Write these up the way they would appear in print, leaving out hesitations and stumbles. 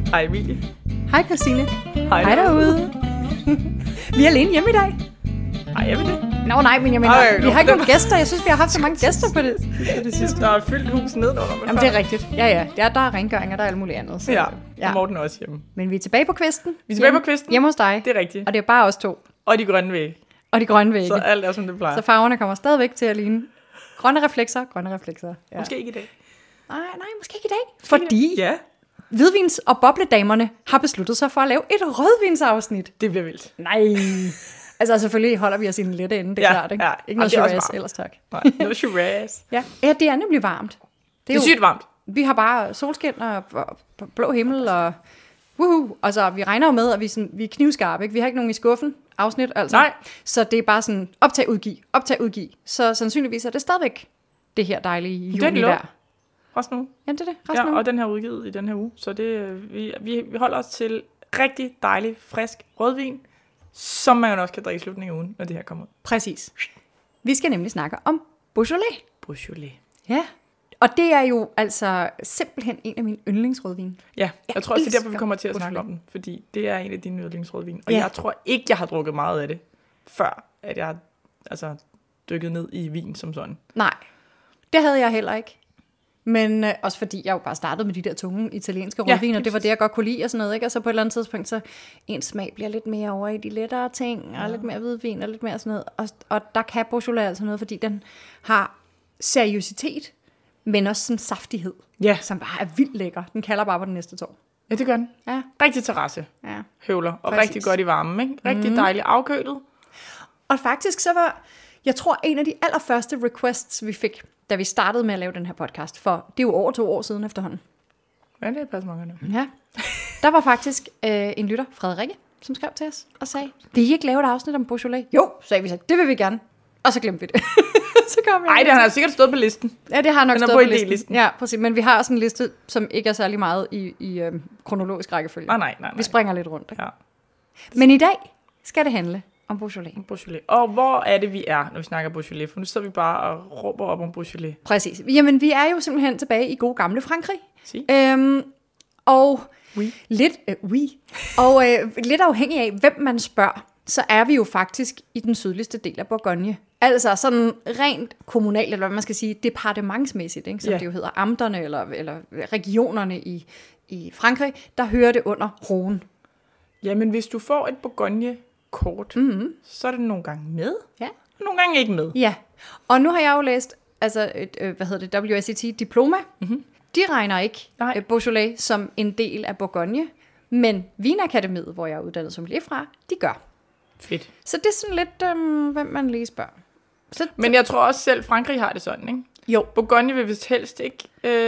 Hej Emilie. Hej Christine. Hej derude. Vi er alene hjemme i dag. Hej, jeg vil det. Nå nej, men jeg mener, vi har ikke nogen gæster. Jeg synes, vi har haft så mange gæster på det sidste. Der er fyldt hus nedenunder. Jamen det er rigtigt. Ja. Der er rengøring, og der er alt muligt andet. Så, ja. Og Morten er også hjemme. Men vi er tilbage på kvisten. Vi er tilbage på kvisten. Hjemme hos dig. Det er rigtigt. Og det er bare os to. Og de grønne vægge. Og de grønne vægge. Så alt er, som det plejer. Så farverne kommer stadigvæk til at ligne. Grønne reflekser. Ja. Måske ikke i dag. Nej, måske ikke i dag. Fordi ja. hvidvins- og bobledamerne har besluttet sig for at lave et rødvinsafsnit. Det bliver vildt. Nej. Altså selvfølgelig holder vi os i den lette ende, det er klart, ikke? Ja. Ikke noget Shiraz, ellers tak. Nej, noget Shiraz. Ja, det er nemlig varmt. Det er sygt varmt. Vi har bare solskin og blå himmel og woohoo. Altså, vi regner jo med, at vi er knivskarpe, ikke? Vi har ikke nogen i skuffen afsnit, altså. Nej. Så det er bare sådan, optag, udgiv. Så sandsynligvis er det stadigvæk det her dejlige juli der. Resten nu. Ja, det er det. Og den her udgivet i den her uge. Så det, vi holder os til rigtig dejlig, frisk rødvin, som man også kan drikke i slutningen af ugen, når det her kommer ud. Præcis. Vi skal nemlig snakke om Beaujolais. Beaujolais. Ja. Og det er jo altså simpelthen en af mine yndlingsrødvin. Ja, jeg tror også, det er derfor, vi kommer til at snakke om den. Fordi det er en af dine yndlingsrødvin. Og jeg tror ikke, jeg har drukket meget af det, før at jeg har dykket ned i vin som sådan. Nej, det havde jeg heller ikke. Men også fordi jeg jo bare startede med de der tunge italienske rødvin, og det var det, jeg godt kunne lide og sådan noget, ikke? Og så på et eller andet tidspunkt, så ens smag bliver lidt mere over i de lettere ting, og lidt mere hvidvin, og lidt mere sådan noget. Og der kan Beaujolais altså noget, fordi den har seriøsitet, men også sådan saftighed, som bare er vildt lækker. Den kalder bare på den næste tår. Ja, det gør den. Ja. Rigtig terrasse. Ja. Høvler. Og Præcis. rigtig godt i varmen, ikke? Rigtig dejligt afkølet. Og faktisk så var, jeg tror, en af de allerførste requests, vi fik, da vi startede med at lave den her podcast, for det er jo over 2 år siden efterhånden. Ja, det er pas mange nu. Ja. Der var faktisk en lytter, Frederikke, som skrev til os og sagde, vil I ikke lave et afsnit om Beaujolais? Jo, sagde vi så, det vil vi gerne. Og så glemte vi det. Så kom jeg. Ej, det har sikkert stået på listen. Ja, det har nok stået på listen. idélisten. Ja, præcis. Men vi har også en liste, som ikke er særlig meget i kronologisk rækkefølge. Nej. Vi springer lidt rundt. Ikke? Ja. Men i dag skal det handle om Beaujolais. Beaujolais. Og hvor er det, vi er, når vi snakker Beaujolais? For nu sidder vi bare og råber op om Beaujolais. Præcis. Jamen, vi er jo simpelthen tilbage i gode gamle Frankrig. Si. Og Oui. lidt afhængig af, hvem man spørger, så er vi jo faktisk i den sydligste del af Bourgogne. Altså sådan rent kommunalt, eller hvad man skal sige, departementsmæssigt, ikke? Som det jo hedder, amterne eller regionerne i Frankrig, der hører det under Rhône. Jamen, hvis du får et Bourgogne-kort, så er det nogle gange med, Ja. og nogle gange ikke med. Ja, og nu har jeg jo læst WSET-diploma. De regner ikke Beaujolais som en del af Bourgogne, men Vinakademiet, hvor jeg er uddannet sommelier fra, de gør. Fedt. Så det er sådan lidt, hvem man lige spørger. Men jeg tror også selv, Frankrig har det sådan, ikke? Jo. Bourgogne vil vist helst ikke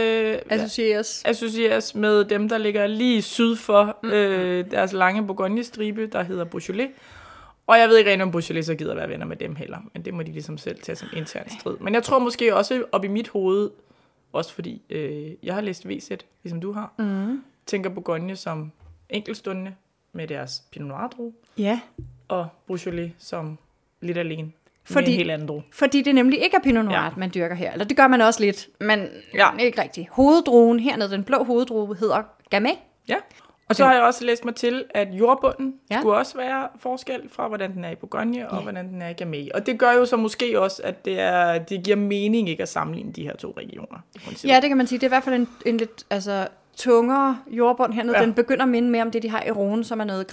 Associeres med dem, der ligger lige syd for deres lange Bourgogne-stribe, der hedder Beaujolais. Og jeg ved ikke rigtig, om Beaujolais så gider være venner med dem heller, men det må de ligesom selv tage som intern strid. Men jeg tror måske også op i mit hoved, også fordi jeg har læst VZ, ligesom du har, tænker Bourgogne som enkeltstående med deres Pinot Noir-drue, Ja. og Beaujolais som lidt alene. Med en helt anden drue. Fordi det nemlig ikke er Pinot Noir, man dyrker her. Eller det gør man også lidt, men ikke rigtigt. Hoveddruen hernede, den blå hoveddrue, hedder Gamay. Ja. Og så har jeg også læst mig til, at jordbunden skulle også være forskel fra, hvordan den er i Bourgogne, og hvordan den er i Gamay. Og det gør jo så måske også, at det giver mening ikke at sammenligne de her 2 regioner. Ja, det kan man sige. Det er i hvert fald en lidt tungere jordbund hernede. Ja. Den begynder at minde mere om det, de har i Rhône, som er noget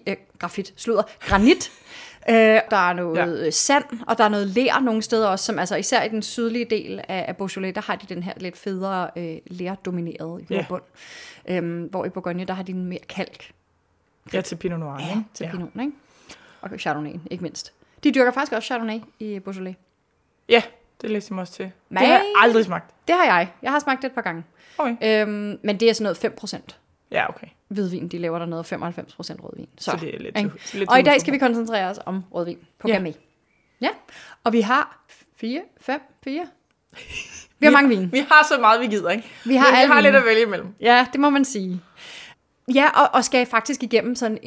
granit. Der er noget sand, og der er noget ler nogle steder også, som altså især i den sydlige del af Beaujolais, der har de den her lidt federe lerdominerede jordbund. Hvor i Bourgogne, der har de en mere kalk. Ja, til Pinot Noir. Ja, til Pinot, ikke? Og Chardonnay, ikke mindst. De dyrker faktisk også Chardonnay i Beaujolais. Ja, det læste jeg mig også til. Det har jeg aldrig smagt. Det har jeg. Jeg har smagt det et par gange. Okay. Men det er sådan noget 5%. Ja, okay. Hvidvin, de laver der noget 95% rødvin. Så det er lidt og i dag skal vi koncentrere os om rødvin på Gamay. Ja, og vi har 4. Vi har mange vin. Vi har så meget, vi gider, ikke? Vi har lidt at vælge imellem. Ja, det må man sige. Ja, og skal faktisk igennem sådan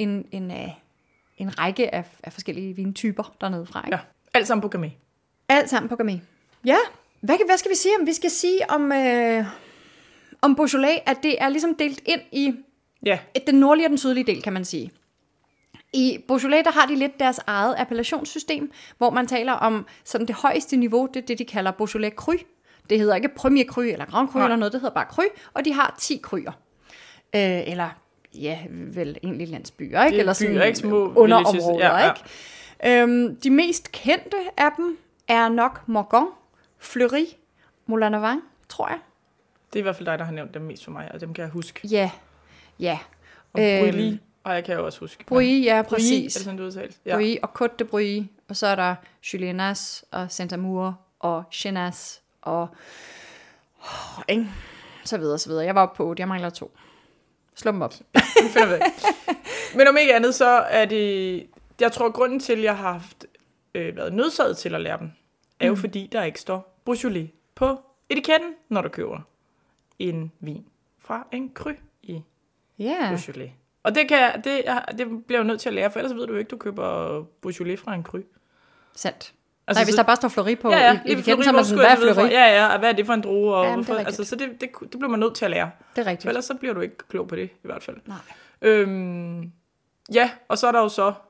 en række af forskellige vintyper dernede fra, ikke? Ja, alt sammen på Gamay. Alt sammen på Gamay. Ja, hvad skal vi sige om? Vi skal sige om Beaujolais, at det er ligesom delt ind Ja. Den nordlige og den sydlige del, kan man sige. I Beaujolais, der har de lidt deres eget appellationssystem, hvor man taler om sådan det højeste niveau, det er det, de kalder Beaujolais Cru. Det hedder ikke Premier Cru eller Grand Cru eller noget, det hedder bare Cru, og de har 10 kryer. Eller, ja, vel egentlig landsbyer, ikke? Eller sådan byer, ikke? Små underområder, ikke? De mest kendte af dem er nok Morgon, Fleury, Moulin à Vent, tror jeg. Det er i hvert fald dig, der har nævnt dem mest for mig, og dem kan jeg huske. Ja. Og Brouilly, og jeg kan jo også huske. Brouilly, ja, Brouilly, præcis. er det sådan, du udtalt? Ja. Brouilly og Côte de Brouilly, og så er der Juliénas og Saint-Amour og Chenas og så videre, så videre. Jeg var oppe på 8, jeg mangler 2. Slå dem op. Vi finder det. Men om ikke andet, så er det... Jeg tror, grunden til, at jeg har haft, været nødsaget til at lære dem, er jo fordi, der ikke står Beaujolais på etiketten, når du køber en vin fra en cru i Beaujolais. Og det bliver jeg nødt til at lære, for ellers ved du jo ikke, du køber Beaujolais fra en cru. Sandt. Altså, nej, hvis der bare står Fleury på etiketten, så er man sådan, hvad er Fleury? Ja, og hvad er det for en druge? Og Jamen, hvorfor? Altså, så det bliver man nødt til at lære. Det er rigtigt. For ellers så bliver du ikke klog på det, i hvert fald. Nej. Ja, og så er der jo så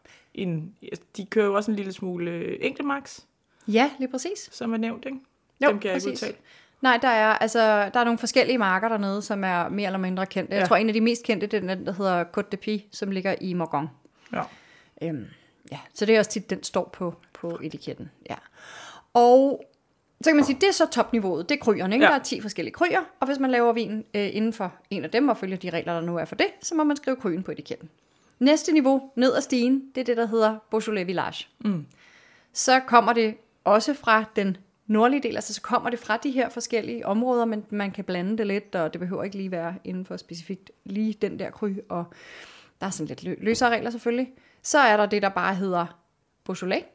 de kører jo også en lille smule enkeltmarks. Ja, lige præcis. Som er nævnt, ikke? Jo, dem kan jeg ikke udtale. Nej, der er nogle forskellige marker dernede, som er mere eller mindre kendte. Jeg tror, en af de mest kendte, det er den, der hedder Côte de Pie, som ligger i Morgon. Ja. Så det er også tit, den står på etiketten. Ja. Og så kan man sige, det er så topniveauet, det er kryerne, ikke? Ja. Der er 10 forskellige kryer, og hvis man laver vin inden for en af dem, og følger de regler, der nu er for det, så må man skrive kryen på etiketten. Næste niveau, ned ad stigen, det er det, der hedder Beaujolais Village. Så kommer det også fra den nordlige del, altså så kommer det fra de her forskellige områder, men man kan blande det lidt, og det behøver ikke lige være inden for specifikt lige den der kry, og der er sådan lidt løsere regler selvfølgelig. Så er der det, der bare hedder Beaujolais.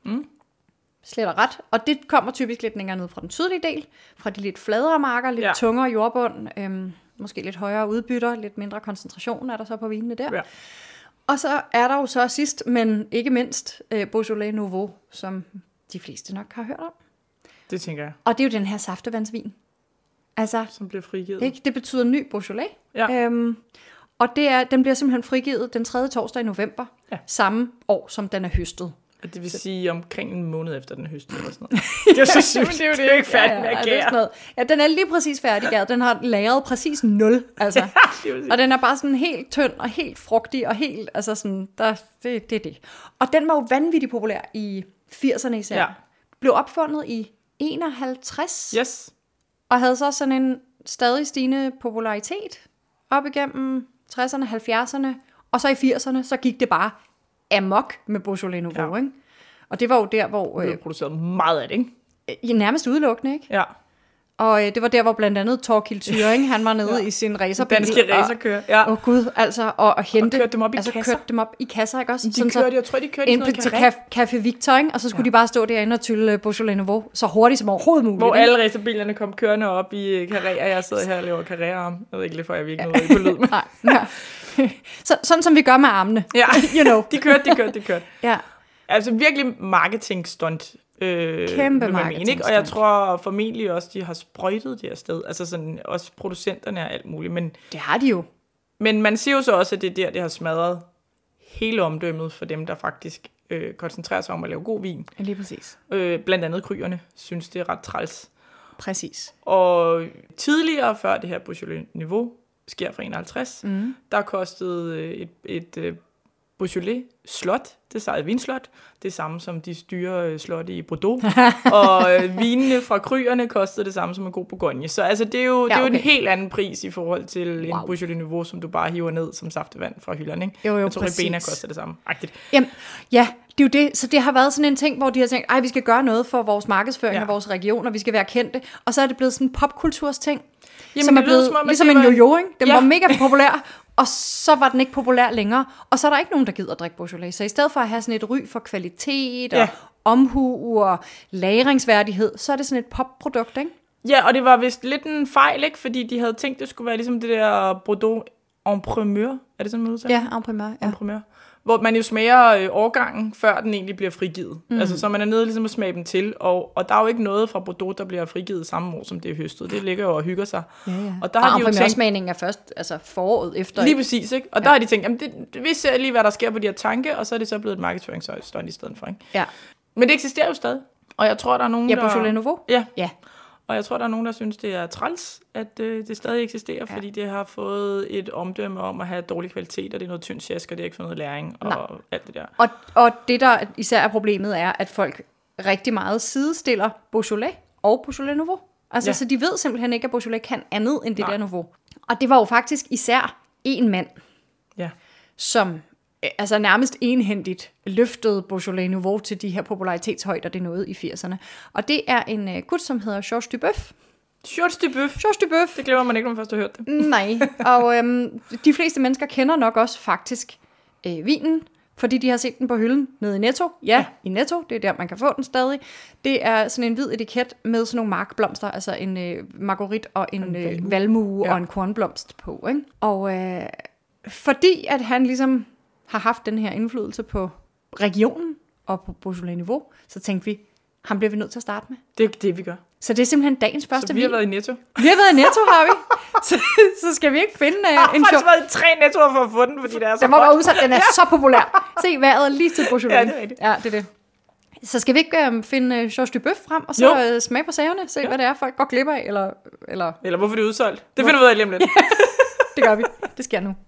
Slet og ret. Og det kommer typisk lidt længere ned fra den sydlige del, fra de lidt fladere marker, lidt tungere jordbund, måske lidt højere udbytter, lidt mindre koncentration er der så på vinene der. Ja. Og så er der jo så sidst, men ikke mindst, Beaujolais Nouveau, som de fleste nok har hørt om. Det tænker jeg. Og det er jo den her saftevandsvin. Altså, som bliver frigivet. Ikke? Det betyder ny Beaujolais. Ja. Og den bliver simpelthen frigivet den 3. torsdag i november, samme år, som den er høstet. Det vil sige omkring en måned efter den høstet eller sådan noget. Det er jo så sygt. Det er jo det, ikke færdig med at gære. Ja, den er lige præcis færdiggæret. Den har lagret præcis 0. Altså. Og den er bare sådan helt tynd og helt frugtig og helt, altså sådan, det er det. Og den var jo vanvittigt populær i 80'erne især. Ja. Blev opfundet i 51. Yes. Og havde så sådan en stadig stigende popularitet op igennem 60'erne, 70'erne. Og så i 80'erne, så gik det bare amok med Beaujolais Nouveau, ikke? Og det var jo der, hvor... Du har produceret meget af det, ikke? Nærmest udelukkende, ikke? Ja. Og det var der, hvor blandt andet Thorkild Thuring, han var nede i sin racerbil. Danske racerkører, ja. Åh gud, altså, og hente... Og kørte dem op i kasser. Kørte dem op i kasser, ikke også? Jeg tror, de kørte i sådan noget Café Victor, ikke? Og så skulle de bare stå derinde og tylle Beaujolais Nouveau så hurtigt som overhovedet muligt. Hvor alle racerbilerne kom kørende op i Carré, og jeg sidder her og laver Carré-arm. Jeg ved ikke lige, for jeg virkelig noget på lyd. Nej. Sådan som vi gør med armene. Ja, you know. De kørte. Ja. Altså virkelig marketing-stunt. Kæmpe marketing-stunt. Og jeg tror formentlig også, de har sprøjtet det her sted. Altså sådan, også producenterne og alt muligt. Men, det har de jo. Men man siger jo så også, at det er der, det har smadret hele omdømmet for dem, der faktisk koncentrerer sig om at lave god vin. Lige præcis. Blandt andet kryerne synes, det er ret træls. Præcis. Og tidligere, før det her Beaujolais Nouveau sker fra 51, der kostede et Beaujolais slot, det er et vinslot, det samme som de styrer slotte i Bordeaux, og vinene fra kryerne kostede det samme som en god Bourgogne. Så altså, det er jo en helt anden pris i forhold til en Beaujolais Nouveau, som du bare hiver ned som saftevand fra hylderne, ikke? Jo, jeg tror, præcis. at Bena koster det samme. Jamen, ja, det er jo det. Så det har været sådan en ting, hvor de har tænkt, vi skal gøre noget for vores markedsføring af vores region, og vi skal være kendte. Og så er det blevet sådan en popkultursting, som er blevet ligesom en jojo, ikke? Den var mega populær, og så var den ikke populær længere. Og så er der ikke nogen, der gider at drikke Beaujolais. Så i stedet for at have sådan et ry for kvalitet og omhu og lagringsværdighed, så er det sådan et popprodukt, ikke? Ja, og det var vist lidt en fejl, ikke? Fordi de havde tænkt, det skulle være ligesom det der Bordeaux en primeur. Er det sådan, man udtaler? Ja, en primeur. Ja. En primeur. hvor man jo smager årgangen, før den egentlig bliver frigivet. Altså, så man er nede ligesom at smage dem til, og der er jo ikke noget fra Bordeaux, der bliver frigivet samme år, som det er høstet. Det ligger jo og hygger sig. Ja. Og der har de jo tænkt... premiersmagningen er først altså foråret efter. Lige præcis, ikke? Og der har de tænkt, jamen vi ser lige, hvad der sker på de her tanke, og så er det så blevet et markedsføringsstunt i stedet for, ikke? Ja. Men det eksisterer jo stadig. Og jeg tror, der er nogen, Ja, Beaujolais Nouveau? Ja. Og jeg tror, der er nogen, der synes, det er træls, at det stadig eksisterer, fordi det har fået et omdømme om at have dårlig kvalitet, og det er noget tynd sjask, og det er ikke for noget læring, og alt det der. Og det, der især er problemet, er, at folk rigtig meget sidestiller Beaujolais og Beaujolais Nouveau. Altså, så de ved simpelthen ikke, at Beaujolais kan andet end det der Nouveau. Og det var jo faktisk især en mand, som altså nærmest enhændigt løftede Beaujolais Nouveau til de her popularitetshøjder, det nåede i 80'erne. Og det er en gut, som hedder Georges Duboeuf. Georges Duboeuf. Det glemmer man ikke, når man først har hørt det. Nej, og de fleste mennesker kender nok også faktisk vinen, fordi de har set den på hylden nede i Netto. Ja, i Netto, det er der, man kan få den stadig. Det er sådan en hvid etiket med sådan nogle markblomster, altså en marguerit og en valmue og en kornblomst på. Ikke? Og fordi at han ligesom har haft den her indflydelse på regionen og på Beaujolais Nouveau, så tænkte vi, ham bliver vi nødt til at starte med. Det er det, vi gør. Så det er simpelthen dagens første vin. Så vi har været i Netto? Vi har været i Netto, har vi. Så skal vi ikke finde en show. Jeg har faktisk været i 3 Nettoer for at få den, fordi det er så den må være udsat, den er så populær. Se vejret lige til Beaujolais. Ja, det er rigtigt. Ja, det er det. Så skal vi ikke finde Georges Duboeuf frem, og så smage på sagerne, se hvad det er, folk går glip af, eller hvorfor det er udsolgt. Det finder vi ud af lige om lidt. Det gør vi. Det sker nu.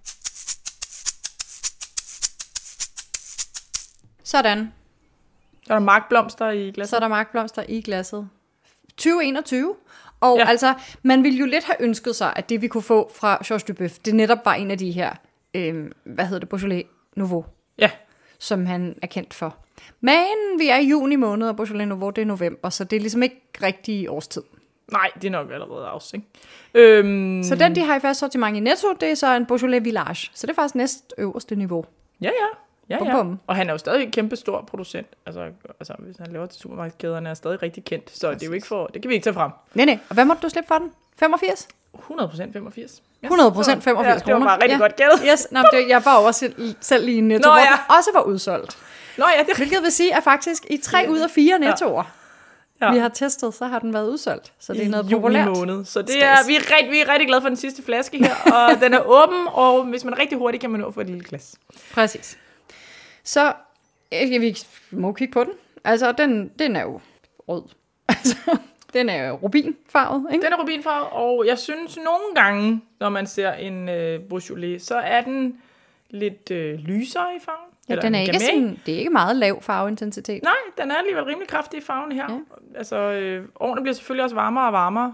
Sådan. Så er der markblomster i glasset. Så er der markblomster i glasset. 2021. Og altså, man ville jo lidt have ønsket sig, at det vi kunne få fra Georges Duboeuf, det netop var en af de her, Beaujolais Nouveau. Ja. Som han er kendt for. Men vi er i juni måned, og Beaujolais Nouveau, det er november, så det er ligesom ikke rigtig årstid. Nej, det er nok allerede afs, ikke? Så den, de har i fast sortiment i Netto, det er så en Beaujolais Village. Så det er faktisk næst øverste niveau. Ja. Og han er jo stadig en kæmpe stor producent. Altså hvis han laver til supermarkedskæderne, er stadig rigtig kendt. Så det er jo ikke det kan vi ikke tage frem. Nej. Og hvad måtte du slippe for den? 85? 100% 85. 100% 85 kroner. Det var bare rigtig godt gættet. Yes, jeg var også selv lige i Netto, hvor den også var udsolgt. Hvilket vil sige, at faktisk i 3 ud af 4 Nettoer, vi har testet, så har den været udsolgt. Så det er noget populært. Måned. Så det er, vi er rigtig glade for den sidste flaske her, og den er åben, og hvis man er rigtig hurtig, kan man nå at få et lille glas. Præcis. Så vi må kigge på den. Altså, den er jo rød. Altså, den er rubinfarvet, ikke? Den er rubinfarvet, og jeg synes nogle gange, når man ser en Beaujolais, så er den lidt lysere i farven. Ja, den er ikke sådan, det er ikke meget lav farveintensitet. Nej, den er alligevel rimelig kraftig i farven her. Ja. Altså, årene bliver selvfølgelig også varmere og varmere.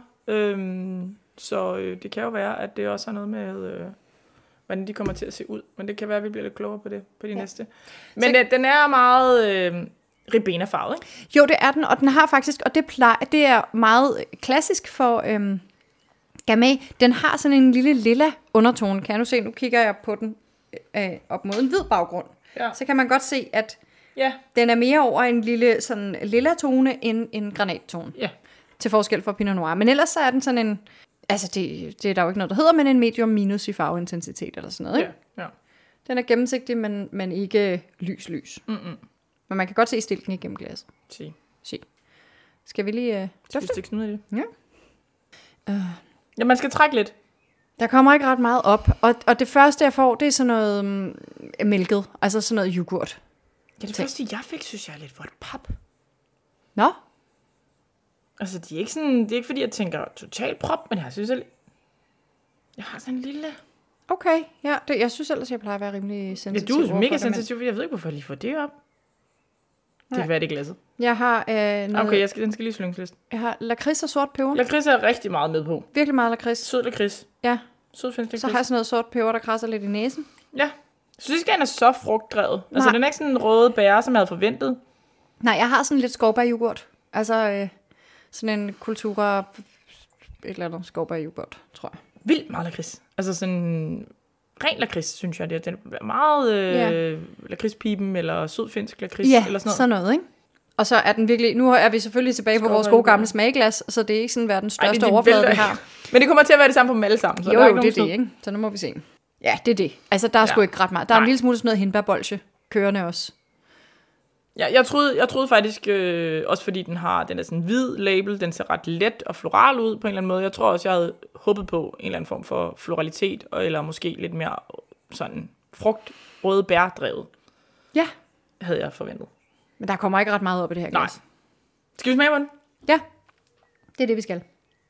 Så det kan jo være, at det også har noget med, hvordan de kommer til at se ud. Men det kan være, at vi bliver lidt klogere på det på de næste. Men den er meget ribena-farvet, ikke? Jo, det er den, og den har faktisk, og det er meget klassisk for Gamay. Den har sådan en lille lilla undertone. Kan du se, nu kigger jeg på den op mod en hvid baggrund. Ja. Så kan man godt se, at den er mere over en lille sådan lilla tone end en granattone. Ja. Til forskel fra Pinot Noir. Men ellers så er den sådan en, altså det er der jo ikke noget, der hedder, men en medium minus i farveintensitet eller sådan noget, ikke? Ja. Den er gennemsigtig, men ikke lys. Mm-mm. Men man kan godt se stilken igennem glasset. Se. Skal vi lige dufte? Skal vi stikke i det? Ja. Ja, man skal trække lidt. Der kommer ikke ret meget op, og det første, jeg får, det er sådan noget mælket, altså sådan noget yoghurt. Ja, det første, jeg fik, synes jeg er lidt for et pap. Nå? Altså, det er ikke fordi, jeg tænker totalt prop, men jeg synes, jeg har sådan en lille... Okay, ja, jeg synes ellers, jeg plejer at være rimelig sensitiv. Ja, du er mega sensitiv, for jeg ved ikke, hvorfor jeg lige får det op. Det kan være, det glasset. Jeg har noget... Okay, den skal lige slynges lidt. Jeg har lakrids og sort peber. Lakrids er rigtig meget med på. Virkelig meget lakrids. Sød lakrids. Ja. Sød finsk lakrids. Så har jeg sådan noget sort peber, der krasser lidt i næsen. Ja. Jeg synes ikke, den er så frugtdrevet. Altså, den er ikke sådan en røde bære, som jeg havde forventet. Nej, jeg har sådan lidt skovbær-yoghurt. Altså, sådan en kultura... Et eller andet skovbær-yoghurt, tror jeg. Vildt meget lakrids. Altså sådan... Ren lakrids, synes jeg. Den er meget lakridspipen, eller sød finsk lakrids, eller sådan noget. Ikke? Og så er den virkelig... Nu er vi selvfølgelig tilbage på vores gode gamle smagglas, så det er ikke sådan verdens største overflade, det her. Men det kommer til at være det samme på dem alle sammen. Så jo, det er det, ikke? Så nu må vi se. Ja, det er det. Altså, der er sgu ikke ret meget. Der er en lille smule sådan noget hindbærbolsje kørende også. Ja, jeg troede faktisk, også fordi den er sådan en hvid label, den ser ret let og floral ud på en eller anden måde. Jeg tror også, jeg havde håbet på en eller anden form for floralitet, eller måske lidt mere sådan frugt, røde bær drevet. Ja. Havde jeg forventet. Men der kommer ikke ret meget op i det her glas. Nej. Skal vi smage på den? Ja, det er det, vi skal.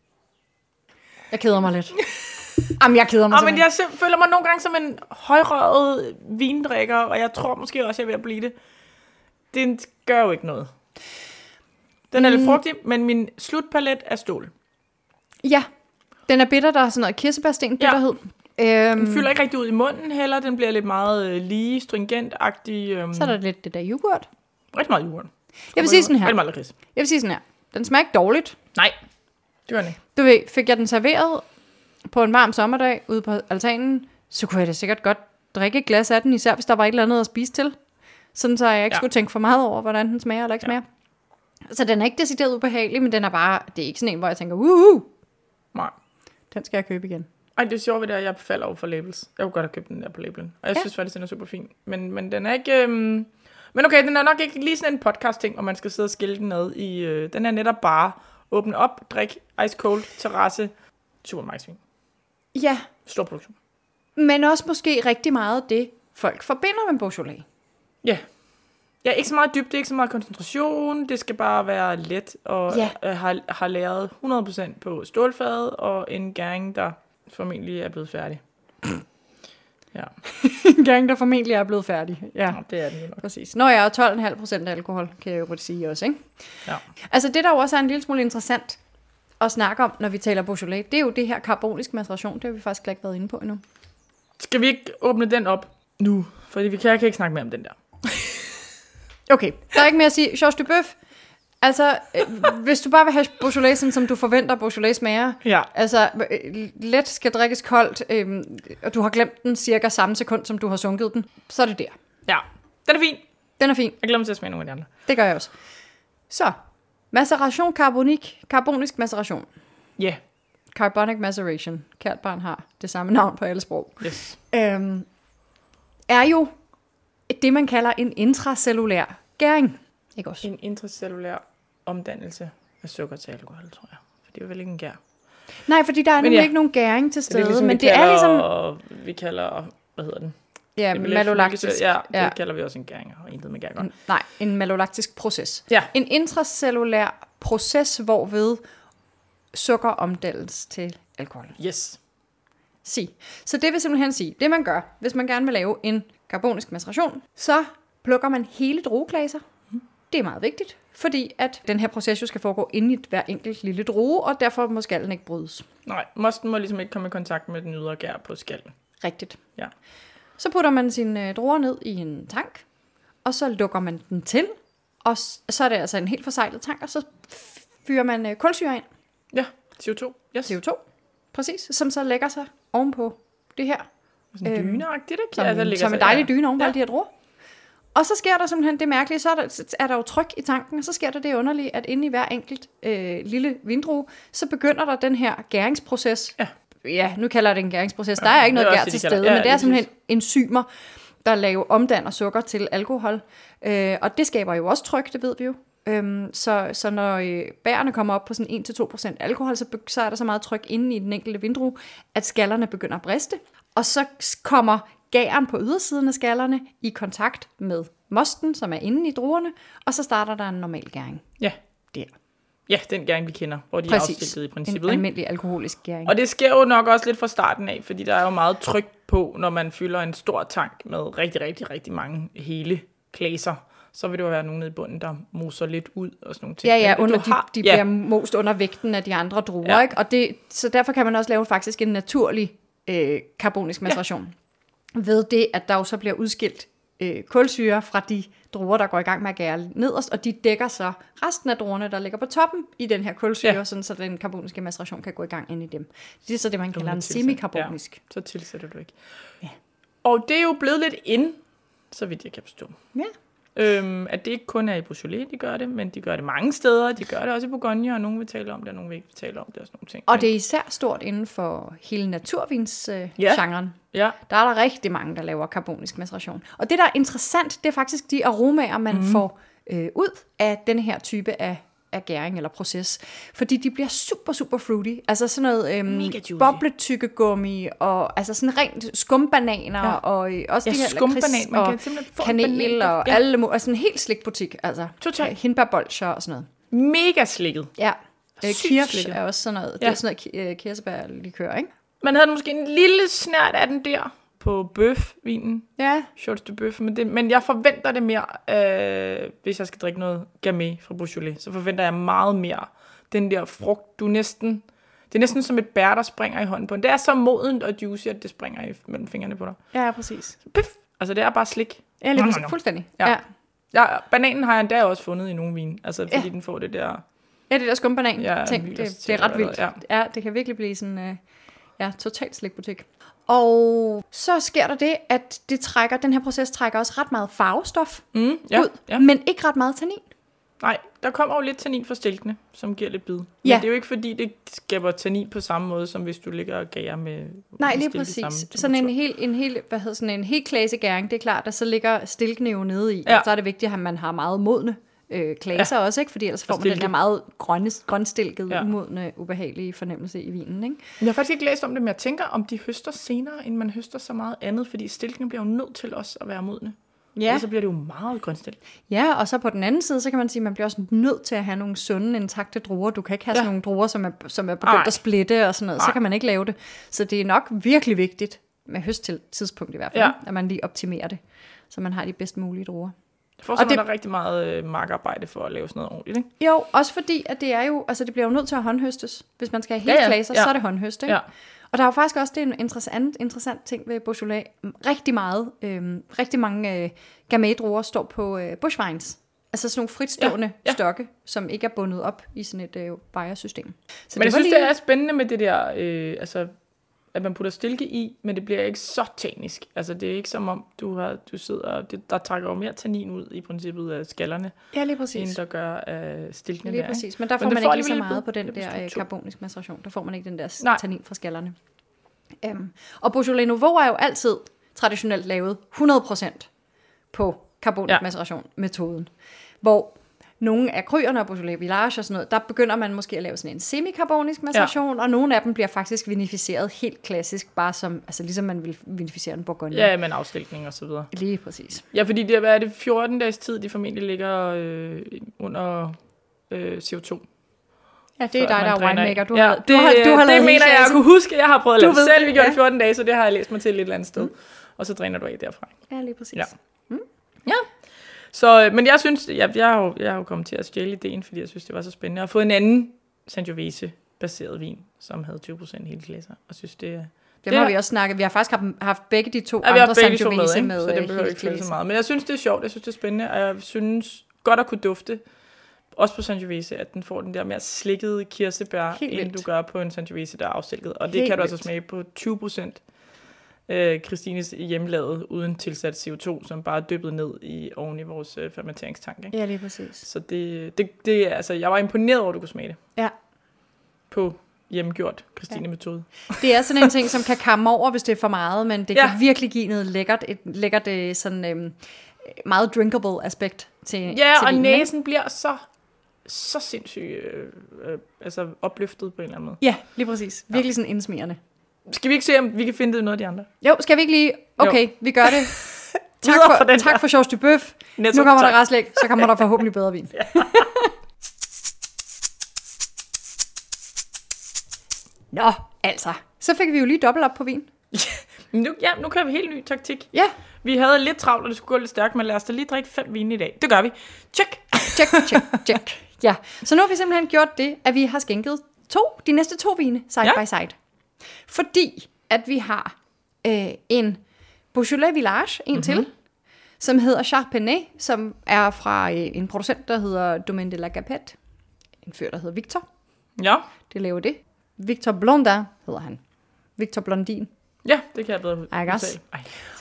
Jeg keder mig lidt. Jamen, jeg keder mig men jeg føler mig nogle gange som en højrøget vindrikker, og jeg tror måske også, jeg er ved at blive det. Det gør jo ikke noget. Den er lidt frugtig, men min slutpalet er stål. Ja, den er bitter, der er sådan noget kirsebærsten bitterhed. Den fylder ikke rigtig ud i munden heller, den bliver lidt meget lige, stringent-agtig. Så er der lidt det der yoghurt. Rigtig meget yoghurt. Jeg vil sige sådan her. Rigtig meget lakrids. Jeg vil sige sådan her. Den smager ikke dårligt. Nej, det gør den ikke. Du ved, fik jeg den serveret på en varm sommerdag ude på altanen, så kunne jeg da sikkert godt drikke et glas af den, især hvis der var et eller andet at spise til. Sådan så jeg ikke skulle tænke for meget over, hvordan den smager eller ikke smager. Så den er ikke decideret ubehagelig, men den er bare, det er ikke sådan en, hvor jeg tænker, Nej. Den skal jeg købe igen. Ej, det er sjovt ved det, at jeg falder over for labels. Jeg kunne godt have købt den der på labelen. Og jeg synes faktisk, den er super fin. Men den er ikke... Men okay, den er nok ikke lige sådan en podcast-ting, hvor man skal sidde og skille den ad i... Den er netop bare åbne op, drik, ice cold, terrasse, supermarkedsvin. Ja. Stor produktion. Men også måske rigtig meget det, folk forbinder med Beaujolais. Ja. Ja, ikke så meget dybde, ikke så meget koncentration. Det skal bare være let, og har læret 100% på stålfadet, og en gæring, der formentlig er blevet færdig. Ja. En gang, der formentlig er blevet færdig. Ja, det er den jo nok. Præcis. Når jeg er 12,5% alkohol, kan jeg jo sige også, ikke? Ja. Altså det, der jo også er en lille smule interessant at snakke om, når vi taler Beaujolais, det er jo det her karbonisk maceration. Det har vi faktisk ikke været inde på endnu. Skal vi ikke åbne den op nu? Fordi jeg kan ikke snakke mere om den der. Okay, der er ikke mere at sige. Georges Duboeuf, altså, hvis du bare vil have Beaujolais, sådan, som du forventer, Beaujolais smager, altså, let skal drikkes koldt, og du har glemt den cirka samme sekund, som du har sunket den, så er det der. Ja, den er fin. Den er fin. Jeg glemmer til at smage nogle af de andre. Det gør jeg også. Så, maceration karbonisk maceration. Ja. Yeah. Carbonic maceration. Kært barn har det samme navn på alle sprog. Yes. Er jo det, man kalder en intracellulær gæring. Ikke også? En intracellulær omdannelse af sukker til alkohol, tror jeg. For det er jo vel ikke en gær. Nej, fordi der er nemlig ikke nogen gæring til stede. Det er ligesom, men det er ligesom... Vi kalder... Hvad hedder den? Ja, malolaktisk. Ja, det kalder vi også en gæring, og intet med gær. Nej, en malolaktisk proces. Ja. En intracellulær proces, hvorved sukker omdannes til alkohol. Yes. Så det vil simpelthen sige, det man gør, hvis man gerne vil lave en karbonisk maceration, så plukker man hele drueklaser. Det er meget vigtigt, fordi at den her proces jo skal foregå inde i hver enkelt lille drue, og derfor må skallen ikke brydes. Nej, mosten må ligesom ikke komme i kontakt med den ydre gær på skallen. Rigtigt. Ja. Så putter man sine druer ned i en tank, og så lukker man den til, og så er det altså en helt forseglet tank, og så fyrer man kulsyre ind. Ja, CO2. Yes. CO2, præcis, som så lægger sig ovenpå det her. Sådan dyneagtigt, ikke? Som en dejlig dyne ovenpå alle de her druer. Og så sker der simpelthen det mærkelige, så er der jo tryk i tanken, og så sker der det underlige, at inde i hver enkelt lille vindrue, så begynder der den her gæringsproces. Ja, nu kalder jeg det en gæringsproces. Der er ikke noget gær til stede, men det er simpelthen enzymer, der omdanner sukker til alkohol. Og det skaber jo også tryk, det ved vi jo. Så når bærerne kommer op på sådan 1-2% alkohol, så er der så meget tryk inde i den enkelte vindrue, at skallerne begynder at briste. Og så kommer gæren på ydersiden af skallerne i kontakt med mosten, som er inde i druerne, og så starter der en normal gæring. Ja. Der. Ja, den gæring vi kender, hvor de er afstiltet i princippet. En almindelig alkoholisk gæring. Og det sker jo nok også lidt fra starten af, fordi der er jo meget tryk på, når man fylder en stor tank med rigtig, rigtig, rigtig mange hele klaser. Så vil det jo være nogen nede i bunden, der moser lidt ud og sådan nogle ting. Ja, de bliver most under vægten af de andre druer, ikke? Og så derfor kan man også lave faktisk en naturlig karbonisk maceration. Ved det, at der jo så bliver udskilt kulsyre fra de druer, der går i gang med at gære nederst, og de dækker så resten af druerne, der ligger på toppen i den her kulsyre, sådan, så den karboniske maceration kan gå i gang ind i dem. Det er så det, man kalder en semikarbonisk. Ja, så tilsætter du ikke. Ja. Og det er jo blevet lidt in, så vidt jeg kan forstå. Ja. At det ikke kun er i Beaujolais, de gør det, men de gør det mange steder. De gør det også i Bourgogne, og nogen vil tale om det, og nogen vil ikke tale om det, og sådan nogle ting. Og det er især stort inden for hele naturvins-genren. Ja. Der er der rigtig mange, der laver karbonisk maceration. Og det, der er interessant, det er faktisk de aromaer, man får ud af den her type af gæring eller proces. Fordi de bliver super, super fruity. Altså sådan noget bobletykkegummi, og altså sådan rent skumbananer, og også de her skumbanan, man kan simpelthen få kanel, og alle altså en helt slikbutik. Altså hindbærbolcher og sådan noget. Mega slikket. Ja. Kirsch er også sådan noget. Det er sådan noget kirsebærlikør, ikke? Man havde måske en lille snert af den der på bøf-vinen. Ja. Chateau de Bœuf. Men jeg forventer det mere, hvis jeg skal drikke noget Gamay fra Beaujolais. Så forventer jeg meget mere den der frugt. Det er næsten som et bær, der springer i hånden på den. Det er så modent og juicy, at det springer mellem fingrene på dig. Ja, præcis. Pif! Altså, det er bare slik. Ja, lige præcis. Fuldstændig. Ja, bananen har jeg endda også fundet i nogle vin. Altså, fordi den får det der... Ja, det der skumbanan-ting. Det er ret vildt. Ja, det kan virkelig blive sådan... totalt slikbutik. Og så sker der det, at den her proces trækker også ret meget farvestof ud, men ikke ret meget tannin. Nej, der kommer jo lidt tannin fra stilkene, som giver lidt bid. Men det er jo ikke fordi, det skaber tannin på samme måde, som hvis du ligger og gærer med... Nej, lige præcis. Sådan en helt klasegæring, det er klart, at så ligger stilkene jo nede i. Og så er det vigtigt, at man har meget modne klaser også, ikke? Fordi ellers får man den der meget grønstilkede, umodne, ubehagelige fornemmelse i vinen, ikke? Jeg har faktisk ikke læst om det, men jeg tænker, om de høster senere, end man høster så meget andet, fordi stilkene bliver jo nødt til også at være modne. Ja. Og så bliver det jo meget grønstillet. Ja, og så på den anden side, så kan man sige, at man bliver også nødt til at have nogle sunde, intakte druer. Du kan ikke have sådan nogle druer, som er begyndt at splitte og sådan noget. Så kan man ikke lave det. Så det er nok virkelig vigtigt, med høsttidspunkt i hvert fald, at man lige optimerer det, så man har de bedst mulige druer. Jeg forstår, der er rigtig meget markarbejde for at lave sådan noget ordentligt, ikke? Jo, også fordi, at det er jo, altså det bliver jo nødt til at håndhøstes. Hvis man skal have hele klaser, så er det håndhøst, ikke? Ja. Og der er jo faktisk også det en interessant ting ved Beaujolais. Rigtig mange Gamay-druer står på bushvines. Altså sådan nogle fritstående stokke, som ikke er bundet op i sådan et bajersystem. Men jeg synes, det er spændende med det der, at man putter stilke i, men det bliver ikke så tannisk. Altså, det er ikke som om, du sidder... Der trækker jo mere tannin ud i princippet af skallerne, lige præcis, end der gør af stilkene lige der. Lige præcis, men der får man ikke lige så meget på den der karbonisk maceration. Der får man ikke den der tannin fra skallerne. Og Beaujolais Nouveau er jo altid traditionelt lavet 100% på karbonisk maceration-metoden. Hvor nogle af kryerne og Beaujolais Village og sådan noget, der begynder man måske at lave sådan en semikarbonisk maceration, og nogle af dem bliver faktisk vinificeret helt klassisk, bare som, altså ligesom man vil vinificere en Bourgogne. Ja, med en afstilkning og så videre. Lige præcis. Ja, fordi det er 14 dages tid, de formentlig ligger under CO2. Ja, det er dig, der er winemaker. Du har det mener jeg kunne huske. Jeg har prøvet at lave det selv. Vi gjorde det 14 dage, så det har jeg læst mig til et eller andet sted. Og så dræner du af derfra. Ja, lige præcis. Ja. Så, men jeg synes, jeg har jo kommet til at stjæle ideen, fordi jeg synes, det var så spændende. Jeg har fået en anden Sangiovese-baseret vin, som havde 20% hele glæser, og synes, det har vi også snakket. Vi har faktisk haft begge de to andre Sangiovese med, så det behøver ikke føle så meget. Men jeg synes, det er sjovt, jeg synes, det er spændende, og jeg synes godt at kunne dufte, også på Sangiovese, at den får den der mere slikkede kirsebær, end du gør på en Sangiovese, der er afstilket. Og det kan du altså smage på 20%. Christines hjemlavet uden tilsat CO2, som bare er dyppet ned oven i vores fermenteringstank. Ikke? Ja, lige præcis. Så det altså, jeg var imponeret over, at du kunne smage det. Ja. På hjemmegjort Christine-metode. Det er sådan en ting, som kan kamme over, hvis det er for meget, men det kan virkelig give noget lækkert sådan meget drinkable aspekt til og vinen, næsen bliver så sindssygt altså opløftet på en eller anden måde. Ja, lige præcis. Virkelig sådan indsmirrende. Skal vi ikke se, om vi kan finde det i noget af de andre? Jo, skal vi ikke lige? Okay, vi gør det. Tak for Chateau de Bœuf. Nu kommer der restlæg, så kommer der forhåbentlig bedre vin. Nå, altså. Så fik vi jo lige dobbelt op på vin. Nu kører vi helt ny taktik. Ja. Vi havde lidt travlt, og det skulle gå lidt stærkt, men lad os da lige drikke 5 vine i dag. Det gør vi. Check. Ja, så nu har vi simpelthen gjort det, at vi har skænket de næste 2 vine side by side. Fordi at vi har en Beaujolais Village, til, som hedder Charpenay, som er fra en producent, der hedder Domaine de la Gapette. En fyr, der hedder Victor. Ja. Det laver det. Victor Blondin hedder han. Victor Blondin. Ja, det kan jeg bedre udtale.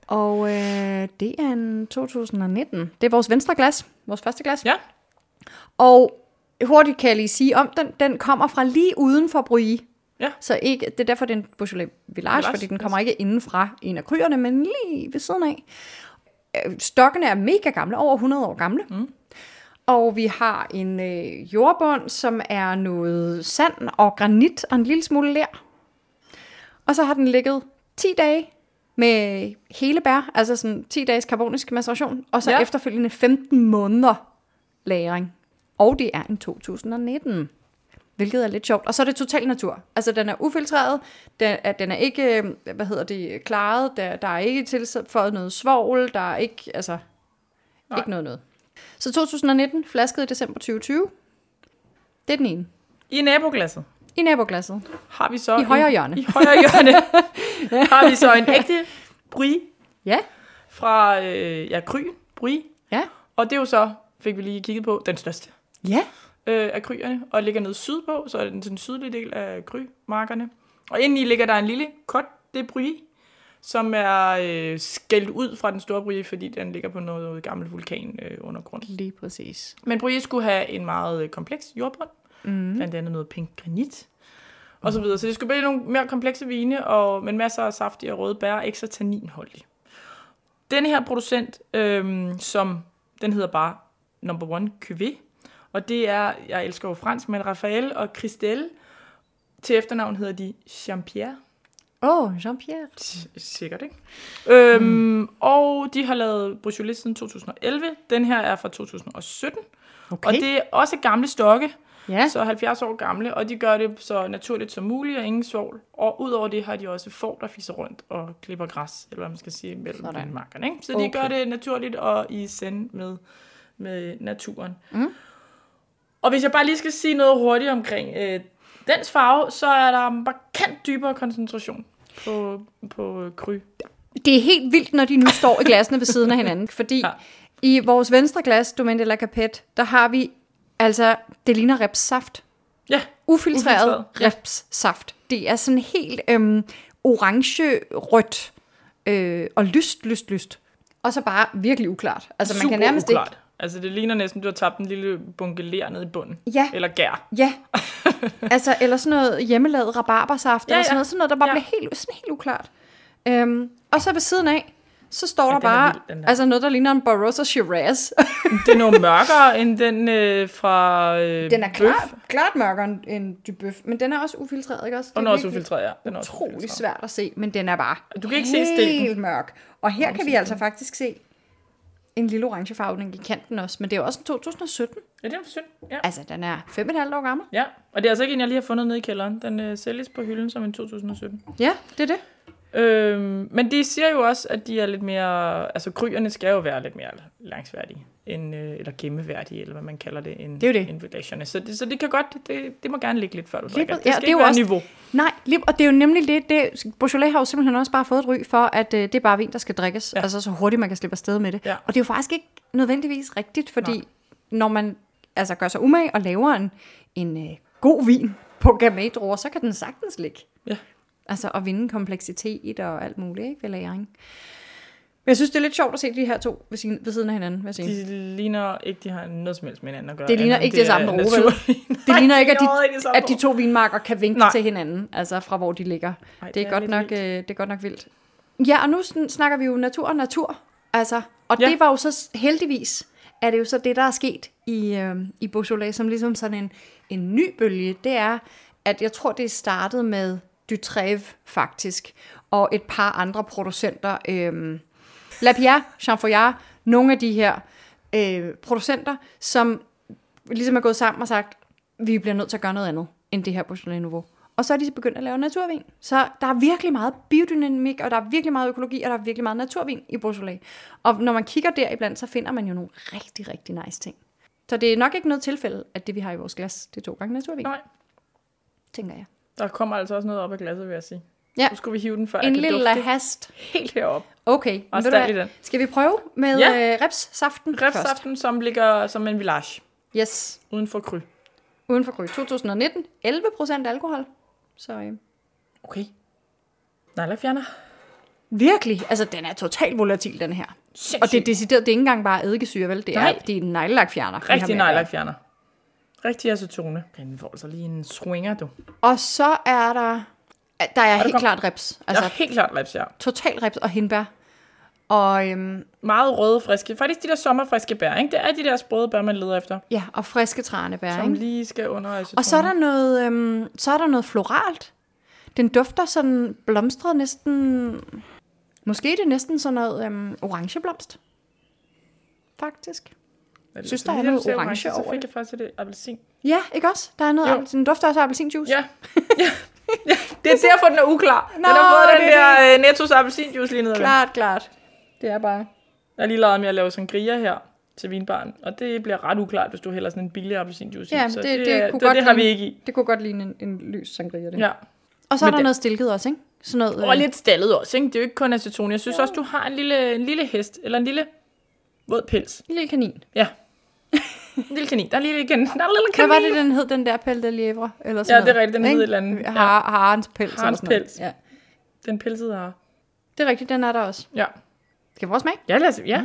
Og det er en 2019. Det er vores venstre glas. Vores første glas. Ja. Og hurtigt kan jeg lige sige om den kommer fra lige uden for Bruy. Ja. Så ikke, det er derfor, det er en Beaujolais Village, fordi den kommer ikke inden fra en af kryerne, men lige ved siden af. Stokkene er mega gamle, over 100 år gamle. Og vi har en jordbund, som er noget sand og granit og en lille smule ler. Og så har den ligget 10 dage med hele bær, altså sådan 10 dages karbonisk maceration, og så efterfølgende 15 måneder lagring. Og det er en 2019, hvilket er lidt sjovt. Og så er det total natur. Altså den er ufiltreret, den er ikke, klaret, der er ikke tilføjet noget svovl, der er ikke, ikke noget. Så 2019, flasket i december 2020. Det er den ene. I naboglasset. I naboglasset. Har vi så I højre hjørne. I højre hjørne har vi så en ægte Bruy. Ja. Fra Kry. Bruy. Ja. Og det er jo så, fik vi lige kigget på, den største. Ja. Af kryerne, og ligger ned sydpå, så er det den sydlige del af krymarkerne. Og indeni ligger der en lille Côte de Bruy, som er skældt ud fra den store Bruy, fordi den ligger på noget gammel vulkan undergrund. Lige præcis. Men Bruy skulle have en meget kompleks jordbund, blandt andet noget pink granit, og så videre. Så det skulle blive nogle mere komplekse vine, med masser af saftige og røde bær, ekstra tanninholdig. Den her producent, som den hedder bare Number 1 Cuvée, og det er, jeg elsker jo fransk, men Raphael og Christelle, til efternavn hedder de Jean-Pierre. Jean-Pierre. Sikkert, ikke? Og de har lavet Beaujolais siden 2011. Den her er fra 2017. Okay. Og det er også gamle stokke, så 70 år gamle, og de gør det så naturligt som muligt, og ingen svovl. Og udover det har de også får, der fiser rundt og klipper græs, eller hvad man skal sige, mellem markerne, ikke? Så de gør det naturligt og i send med naturen. Og hvis jeg bare lige skal sige noget hurtigt omkring dens farve, så er der markant dybere koncentration på Cru. Det er helt vildt, når de nu står i glassene ved siden af hinanden, fordi i vores venstre glas, Domaine de la Capette, der har vi, det ligner repssaft. Ja. Ufiltreret repssaft. Det er sådan helt orange-rødt og lyst. Og så bare virkelig uklart. Altså man super kan nærmest uklart. Ikke... Altså det ligner næsten, du har tabt en lille bunke ler ned i bunden. Ja. Eller gær. Ja. Eller sådan noget hjemmelavet rabarbersaft, eller sådan noget, der bare bliver helt uklart. Og så ved siden af, så står der bare noget, der ligner en Barossa Shiraz. Det er noget mørkere end den fra den er klart mørkere end Duboeuf, men den er også ufiltreret, ikke også? Og den er også ufiltreret, ja. Den er også utrolig svært at se, men den er bare du kan ikke se stilken. Helt mørk. Og her kan vi altså faktisk se en lille orange farvning i kanten også, men det er også en 2017. Ja, det er en 17, ja. Altså, den er 5,5 år gammel. Ja, og det er altså ikke en, jeg lige har fundet nede i kælderen. Den sælges på hylden som en 2017. Ja, det er det. Men de siger jo også, at de er lidt mere... Altså, kryerne skal jo være lidt mere langsværdige, eller gemmeværdige, eller hvad man kalder det, end villagerne. Så det kan godt... Det må gerne ligge lidt før du drikker. Det skal ikke være niveau. Nej, og det er jo nemlig det... Beaujolais har jo simpelthen også bare fået et ry for, at det er bare vin, der skal drikkes. Ja. Altså, så hurtigt man kan slippe afsted med det. Ja. Og det er jo faktisk ikke nødvendigvis rigtigt, fordi når man gør sig umage og laver en god vin på Gamay-druer, så kan den sagtens ligge. Ja. Altså at vinde kompleksitet og alt muligt, ikke, ved lagring. Men jeg synes, det er lidt sjovt at se de her to ved siden af hinanden. De ligner ikke, de har noget som helst med hinanden at gøre. Det ligner ikke det samme råd. Det ligner ikke, at de to vinmarker kan vinke til hinanden, altså fra hvor de ligger. Nej, det er godt nok vildt. Ja, og nu snakker vi jo natur. Altså, og det var jo så heldigvis, er det jo så det, der er sket i Beaujolais, som ligesom sådan en ny bølge. Det er, at jeg tror, det startede med Dutrève faktisk, og et par andre producenter, Lapierre, Chamfort, nogle af de her producenter, som ligesom er gået sammen og sagt, vi bliver nødt til at gøre noget andet, end det her Beaujolais Nouveau. Og så er de begyndt at lave naturvin. Så der er virkelig meget biodynamik, og der er virkelig meget økologi, og der er virkelig meget naturvin i Beaujolais. Og når man kigger deriblandt, så finder man jo nogle rigtig, rigtig nice ting. Så det er nok ikke noget tilfælde, at det vi har i vores glas, det er 2 gange naturvin. Nej. Tænker jeg. Der kommer altså også noget op af glasset, vil jeg sige. Ja. Nu skulle vi hive den før. En lille hast. Helt herop. Okay. Skal vi prøve med repssaften Repssaften, som ligger som en village. Yes. Uden for Cru. 2019. 11% alkohol. Så okay. Nej, fjerner. Virkelig. Altså, den er totalt volatil, den her. Sindssygt. Og det er decideret, det er ikke engang bare eddikesyre, vel? Det er neglelakfjerner. Rigtig neglelakfjerner. Rigtig acetone. Den får altså lige en swinger, du. Og så er der helt klart reps. Altså, helt klart reps, ja. Total reps og hindbær. Og meget røde, friske. Faktisk de der sommerfriske bær, ikke? Det er de der sprøde bær, man leder efter. Ja, og friske tranebær, som lige skal under acetone. Og så er der noget floralt. Den dufter sådan blomstret næsten. Måske er det næsten sådan noget orangeblomst. Faktisk. Synes, der er noget orange over. Så fik jeg faktisk det appelsin. Ja, ikke også? Der er noget den dufter også af appelsinjuice. Ja. Det er derfor, den er uklar. Den har fået den der Nettos appelsinjuice lige ned. Klart. Det er bare... Jeg har lige lavet med at lave sangria her til vinbaren, og det bliver ret uklart, hvis du hælder sådan en billig appelsinjuice i. Ja, så det har vi ikke i. Det kunne godt ligne en lys sangria, det. Ja. Og så er der noget stilket også, ikke? Sådan noget, og lidt stallet også, ikke? Det er jo ikke kun acetone. Jeg synes også, du har en lille hest, eller en lille våd pels. En lille kanin. Ja. En lille kanin. Der er en lille kanin. Hvad var det, den hed, den der Pelle de Lièvre? Eller sådan det er rigtigt, den hed et eller andet. Harens pels. Harens pels. Ja. Den pelsede har. Det er rigtigt, den er der også. Ja. Skal vi prøve at smage? Ja, lad os. Ja.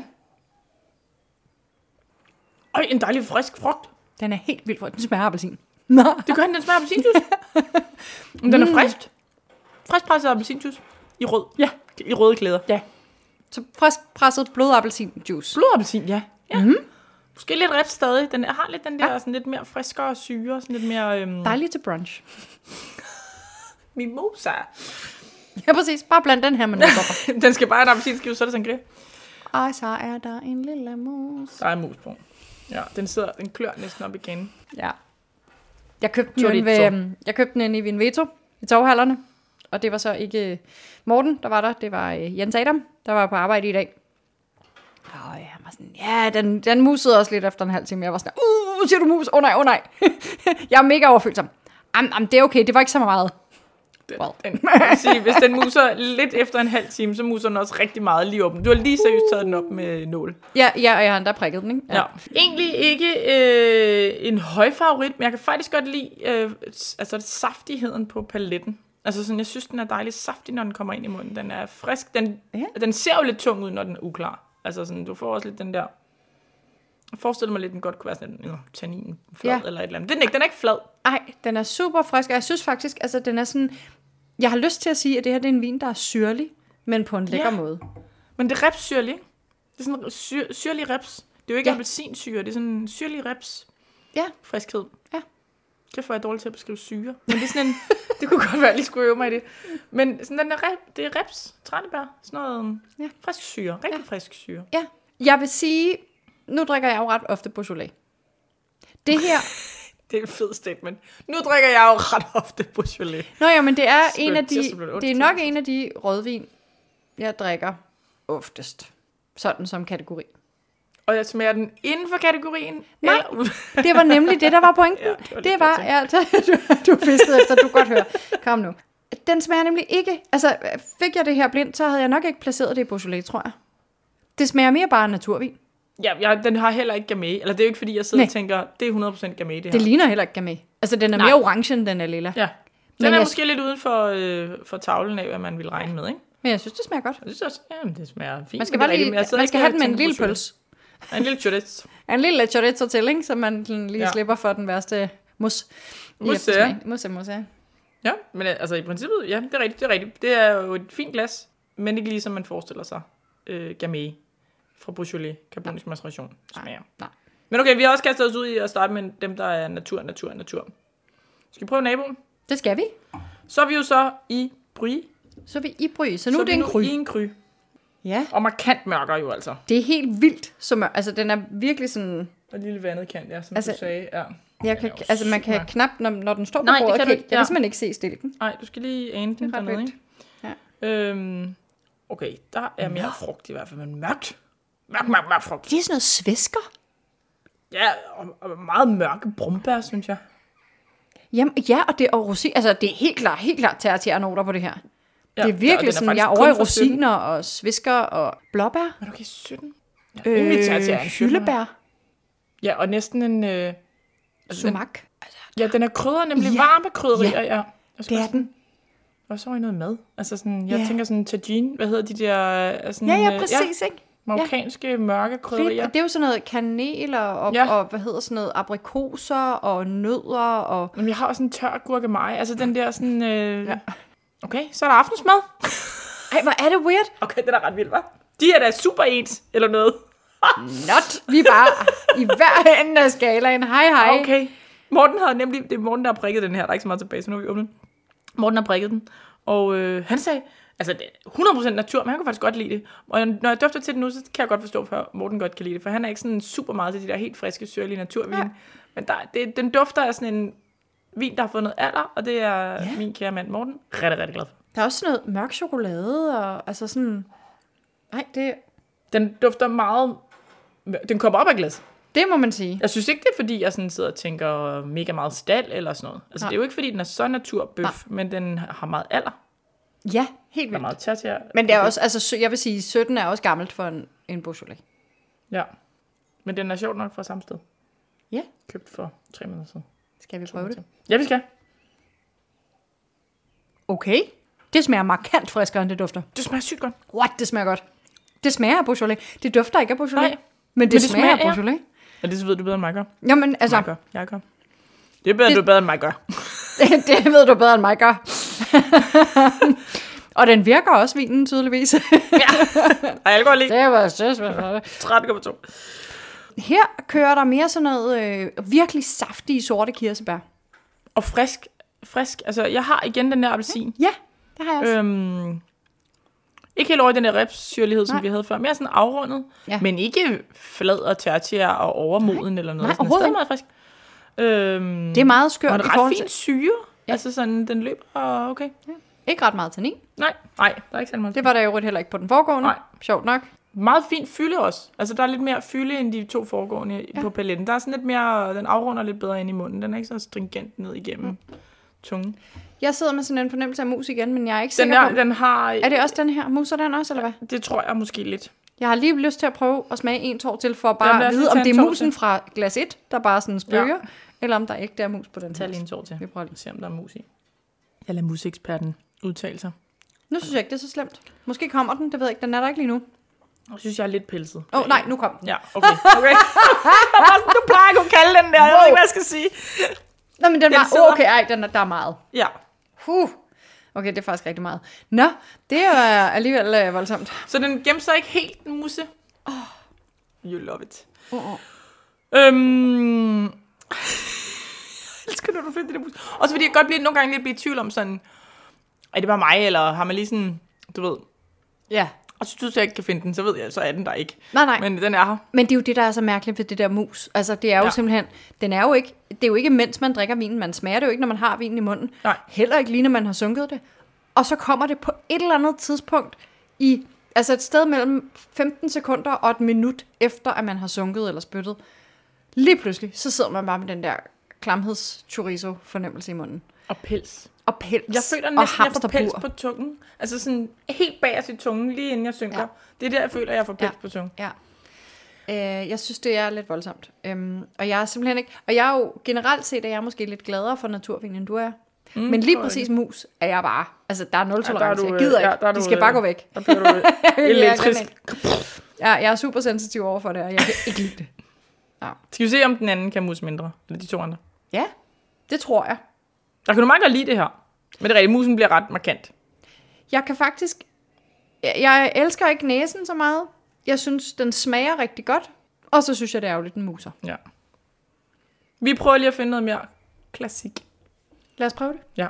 Øj, en dejlig frisk frugt. Den er helt vildt, for den smager appelsin. Det gør den smager appelsinjuice. Men den er frisk. Frisk presset appelsinjuice. I rød. Ja. I røde klæder. Ja. Så frisk presset blodappelsinjuice. Blodappelsin, ja. Måske lidt reps stadig. Den har lidt den der sådan lidt mere friskere syre. Sådan lidt mere... Dejligt til brunch. Mimosa. Ja, præcis. Bare bland den her med noget. Den skal bare have en appelsinskive, så er det sangria. Og så er der en lille mus. Der er mus på. Ja, den klør næsten op igen. Ja. Jeg købte den inde i Vinveto, i Torvhallerne. Og det var så ikke Morten, der var der. Det var Jens Adam, der var på arbejde i dag. Og jeg var sådan, den musede også lidt efter en halv time. Jeg var sådan, siger du mus? Nej. Jeg er mega overfølsom. Det er okay, det var ikke så meget. Hvis den muser lidt efter en halv time, så muser den også rigtig meget lige åben. Du har lige seriøst taget den op med nål. Ja, og jeg har endda prikket den, ikke? Ja. Egentlig ikke en højfavorit, men jeg kan faktisk godt lide saftigheden på paletten. Altså sådan, jeg synes, den er dejligt saftig, når den kommer ind i munden. Den er frisk. Den ser jo lidt tung ud, når den er uklar. Altså sådan, du får også lidt den der... Jeg forestiller mig lidt, den godt kunne være sådan en tanninflad eller et eller andet. Den er ikke flad. Nej, den er super frisk, og jeg synes faktisk, altså den er sådan... Jeg har lyst til at sige, at det her det er en vin, der er syrlig, men på en lækker måde. Men det er repssyrlig, ikke? Det er sådan syrlig reps. Det er jo ikke appelsinsyre, det er sådan en syrlig reps. Ja. Friskhed. Ja. Kæft, hvor er jeg dårlig til at beskrive syre. Men det er sådan en... det kunne godt være, at jeg lige skulle øve mig i det. Men sådan det er reps, tranebær, sådan noget frisk syre. Rigtig frisk syre. Ja. Jeg vil sige... Nu drikker jeg jo ret ofte Beaujolais. Det her... Det er et fedt statement. Nu drikker jeg jo ret ofte Beaujolais. Nå ja, men det er det er nok en af de rødvin, jeg drikker oftest. Sådan som kategori. Og jeg smager den inden for kategorien? Nej, det var nemlig det, der var pointen. Du fiskede efter, du godt høre. Kom nu. Den smager nemlig ikke... Altså, fik jeg det her blindt, så havde jeg nok ikke placeret det i Beaujolais, tror jeg. Det smager mere bare naturvin. Ja, den har heller ikke gamay. Eller det er jo ikke, fordi jeg sidder og tænker, det er 100% gamay, det her. Det ligner heller ikke gamay. Altså, den er mere orange, end den er lilla. Ja. Den er måske lidt uden for tavlen af, hvad man vil regne med, ikke? Men jeg synes, det smager godt. Jeg synes også, det smager fint. Man skal have den med en lille pølse. En lille chorizo. En lille chorizo til, ikke? Så man lige slipper for den værste mus. Mus, ja. Ja, men altså i princippet, ja, det er rigtigt. Det er jo et fint glas, men ikke lige som man forestiller sig gamay fra Beaujolais, karbonisk maceration smager. Nej. Men okay, vi har også kastet os ud i at starte med dem, der er natur. Skal vi prøve naboen? Det skal vi. Så er vi jo så i Brie. Så nu er det en Cru. I en Cru. Ja. Og markant mørkere jo altså. Det er helt vildt så mørkt. Altså den er virkelig sådan... Og lille vandet kant, ja, som du sagde. Ja. Man kan knap, når den står på bordet, jeg kan simpelthen ikke se stilken. Nej, du skal lige ane den dernede, ikke? Ja. Okay, der er mere frugt i hvert fald, men mørkt. Mørk frugt. Det er sådan noget svæsker. Ja, og meget mørke brumbær, synes jeg. Jamen, ja, og det er rosin. Altså, det er helt klart tertiærnoter på det her. Ja, det er virkelig sådan, jeg er over i rosiner og svisker og blåbær. Men okay, 17. Hyldebær. Ja, og næsten en... sumak. Ja, den er krydret, nemlig varme krydderier, ja. Det er den. Og så i noget mad. Altså sådan, jeg tænker sådan tagine, hvad hedder de der... Sådan, Ja, præcis, ikke? Marokkanske mørke krydderier. Det er jo sådan noget kanel og hvad hedder sådan noget, aprikoser og nødder og... Men jeg har også en tør gurkemeje. Altså den der sådan... Okay, så er der aftensmad. Ej, hvor er det weird. Okay, det er da ret vildt, hva'? De er da super ens, eller noget. Not. Vi er bare i hver ende af skalaen. Hej. Okay. Morten havde nemlig... Det er Morten, der har prikket den her. Der er ikke så meget tilbage, så nu er vi åbnet. Morten har prikket den. Og han sagde... Altså, det er 100% natur, men han kan faktisk godt lide det. Og når jeg dufter til det nu, så kan jeg godt forstå, at Morten godt kan lide det. For han er ikke sådan super meget til de der helt friske, syrlige naturvin. Ja. Men den dufter af sådan en vin, der har fået noget alder. Og det er min kære mand Morten rigtig, rigtig glad for. Der er også sådan noget mørk chokolade og altså sådan... Nej, det... Den dufter meget... Den kommer op af glas. Det må man sige. Jeg synes ikke, det er fordi, jeg sådan sidder og tænker mega meget stald eller sådan noget. Altså, det er jo ikke fordi, den er så naturbøf, men den har meget alder. Ja, helt vildt. Meget tertiær. Men det er også, altså jeg vil sige, 17 er også gammelt for en Beaujolais. Ja, men den er sjovt nok fra samme sted. Ja. Købt for 3 måneder siden. Skal vi prøve det? Ja, vi skal. Okay. Det smager markant friskere, end det dufter. Det smager sygt godt. What? Det smager godt. Det smager af Beaujolais. Det dufter ikke af Beaujolais. Nej. Men det smager af Beaujolais. Ja, det ved du bedre end mig gør. Jamen, altså... Jeg gør. Det er bedre, du bedre end mig gør. Det ved du bedre end mig gør. Og den virker også, vinen, tydeligvis. Ja, og alkohol i. Det var så 13,2. Her kører der mere sådan noget virkelig saftige sorte kirsebær. Og frisk. Altså, jeg har igen den der appelsin. Ja, det har jeg også. Ikke helt over i den der repsyrlighed, som vi havde før. Mere sådan afrundet. Ja. Men ikke flad og tertiær og overmoden eller noget. Nej, sådan. overhovedet meget frisk. Det er meget skørt. Og en ret fin syre. Ja. Altså sådan, den løber okay. Ja. Ikke ret meget tannin. Nej, der er ikke så meget. Det var der jo heller ikke på den foregående. Nej. Sjovt nok. Meget fin fylde også. Altså, der er lidt mere fylde end de 2 foregående på paletten. Der er sådan lidt mere, den afrunder lidt bedre ind i munden. Den er ikke så stringent ned igennem tungen. Jeg sidder med sådan en fornemmelse af mus igen, men jeg er ikke sikker på... Den har... Er det også den her? Muser den også, eller hvad? Det tror jeg måske lidt. Jeg har lige lyst til at prøve at smage en tår til, for at bare vide, om det er musen fra glas 1, der bare sådan spøger, eller om der ikke er mus på den. Tag lige en tår til. Vi prøver lige at se, om der er mus i. Jeg lader museksperten udtale sig. Nu synes jeg ikke, det er så slemt. Måske kommer den, det ved jeg ikke. Den er der ikke lige nu. Jeg synes, jeg er lidt pelset. Nej, nu kom den. Ja, okay. Du plejer ikke at kalde den der. Jeg ved ikke, hvad jeg skal sige. Nå, men den var... Okay, der er meget. Ja. Okay, det er faktisk rigtig meget. Nå, det er alligevel voldsomt. Så den gemmer sig ikke helt, den musse? You love it. Jeg elsker, når du finder det der musse. Også fordi jeg godt nogle gange blive i tvivl om sådan, er det bare mig, eller har man lige sådan, du ved. Ja. Og så synes jeg ikke kan finde den, så ved jeg, så er den der ikke. Nej. Men den er her. Men det er jo det, der er så mærkeligt ved det der mus. Altså, det er jo simpelthen, det er jo ikke, mens man drikker vinen. Man smager det jo ikke, når man har vinen i munden. Nej. Heller ikke lige, når man har sunket det. Og så kommer det på et eller andet tidspunkt i, altså et sted mellem 15 sekunder og et minut efter, at man har sunket eller spyttet. Lige pludselig, så sidder man bare med den der klamheds-chorizo-fornemmelse i munden. Og pels. Og pels. Jeg føler næsten, at jeg får pels på tungen. Altså sådan helt bagerst i tungen, lige inden jeg synker. Ja. Det er der, jeg føler, at jeg får pels på tungen. Ja. Jeg synes, det er lidt voldsomt. Og jeg er simpelthen ikke... Og jeg er jo generelt set, at jeg er måske lidt gladere for naturvin, end du er. Men lige præcis mus er jeg bare... Altså, der er 0 tolerance. Jeg gider ikke. De skal bare gå væk. Der bliver du elektrisk. Jeg er super sensitiv over for det, og jeg kan ikke lide det. Ja. Skal vi se, om den anden kan mus mindre? Eller de 2 andre? Ja, det tror jeg. Jeg kan du meget godt lide det her. Men det er rigtigt, musen bliver ret markant. Jeg kan faktisk... Jeg elsker ikke næsen så meget. Jeg synes, den smager rigtig godt. Og så synes jeg, det er jo lidt en muser. Ja. Vi prøver lige at finde noget mere klassik. Lad os prøve det. Ja.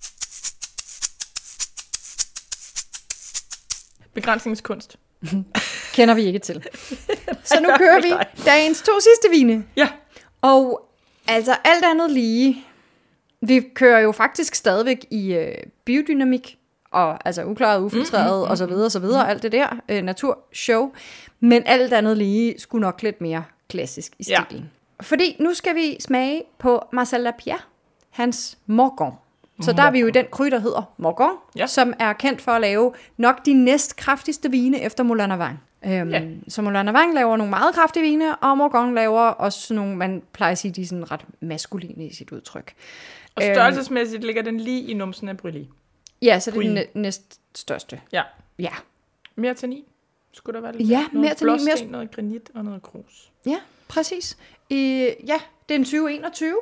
Begrænsningskunst. Kender vi ikke til. Så nu kører vi dagens 2 sidste vine. Ja. Og altså alt andet lige... Vi kører jo faktisk stadigvæk i biodynamik, og altså uklaret, ufiltreret, og så videre, alt det der, naturshow. Men alt andet lige skulle nok lidt mere klassisk i stilen. Ja. Fordi nu skal vi smage på Marcel Lapierre, hans Morgon. Så der er vi jo i den kryg, der hedder Morgon, som er kendt for at lave nok de næstkraftigste vine efter Moulin à Vin. Så Moulin à Vin laver nogle meget kraftige vine, og Morgon laver også nogle, man plejer at sige, de er sådan ret maskuline i sit udtryk. Og størrelsesmæssigt ligger den lige i numsen af Brilly. Ja, så det er den næststørste. Ja. Ja. Mere tannin. Skulle der være lidt Ja, mere tannin. Blåsten, noget granit og noget grus. Ja, præcis. Ja, det er en 2021.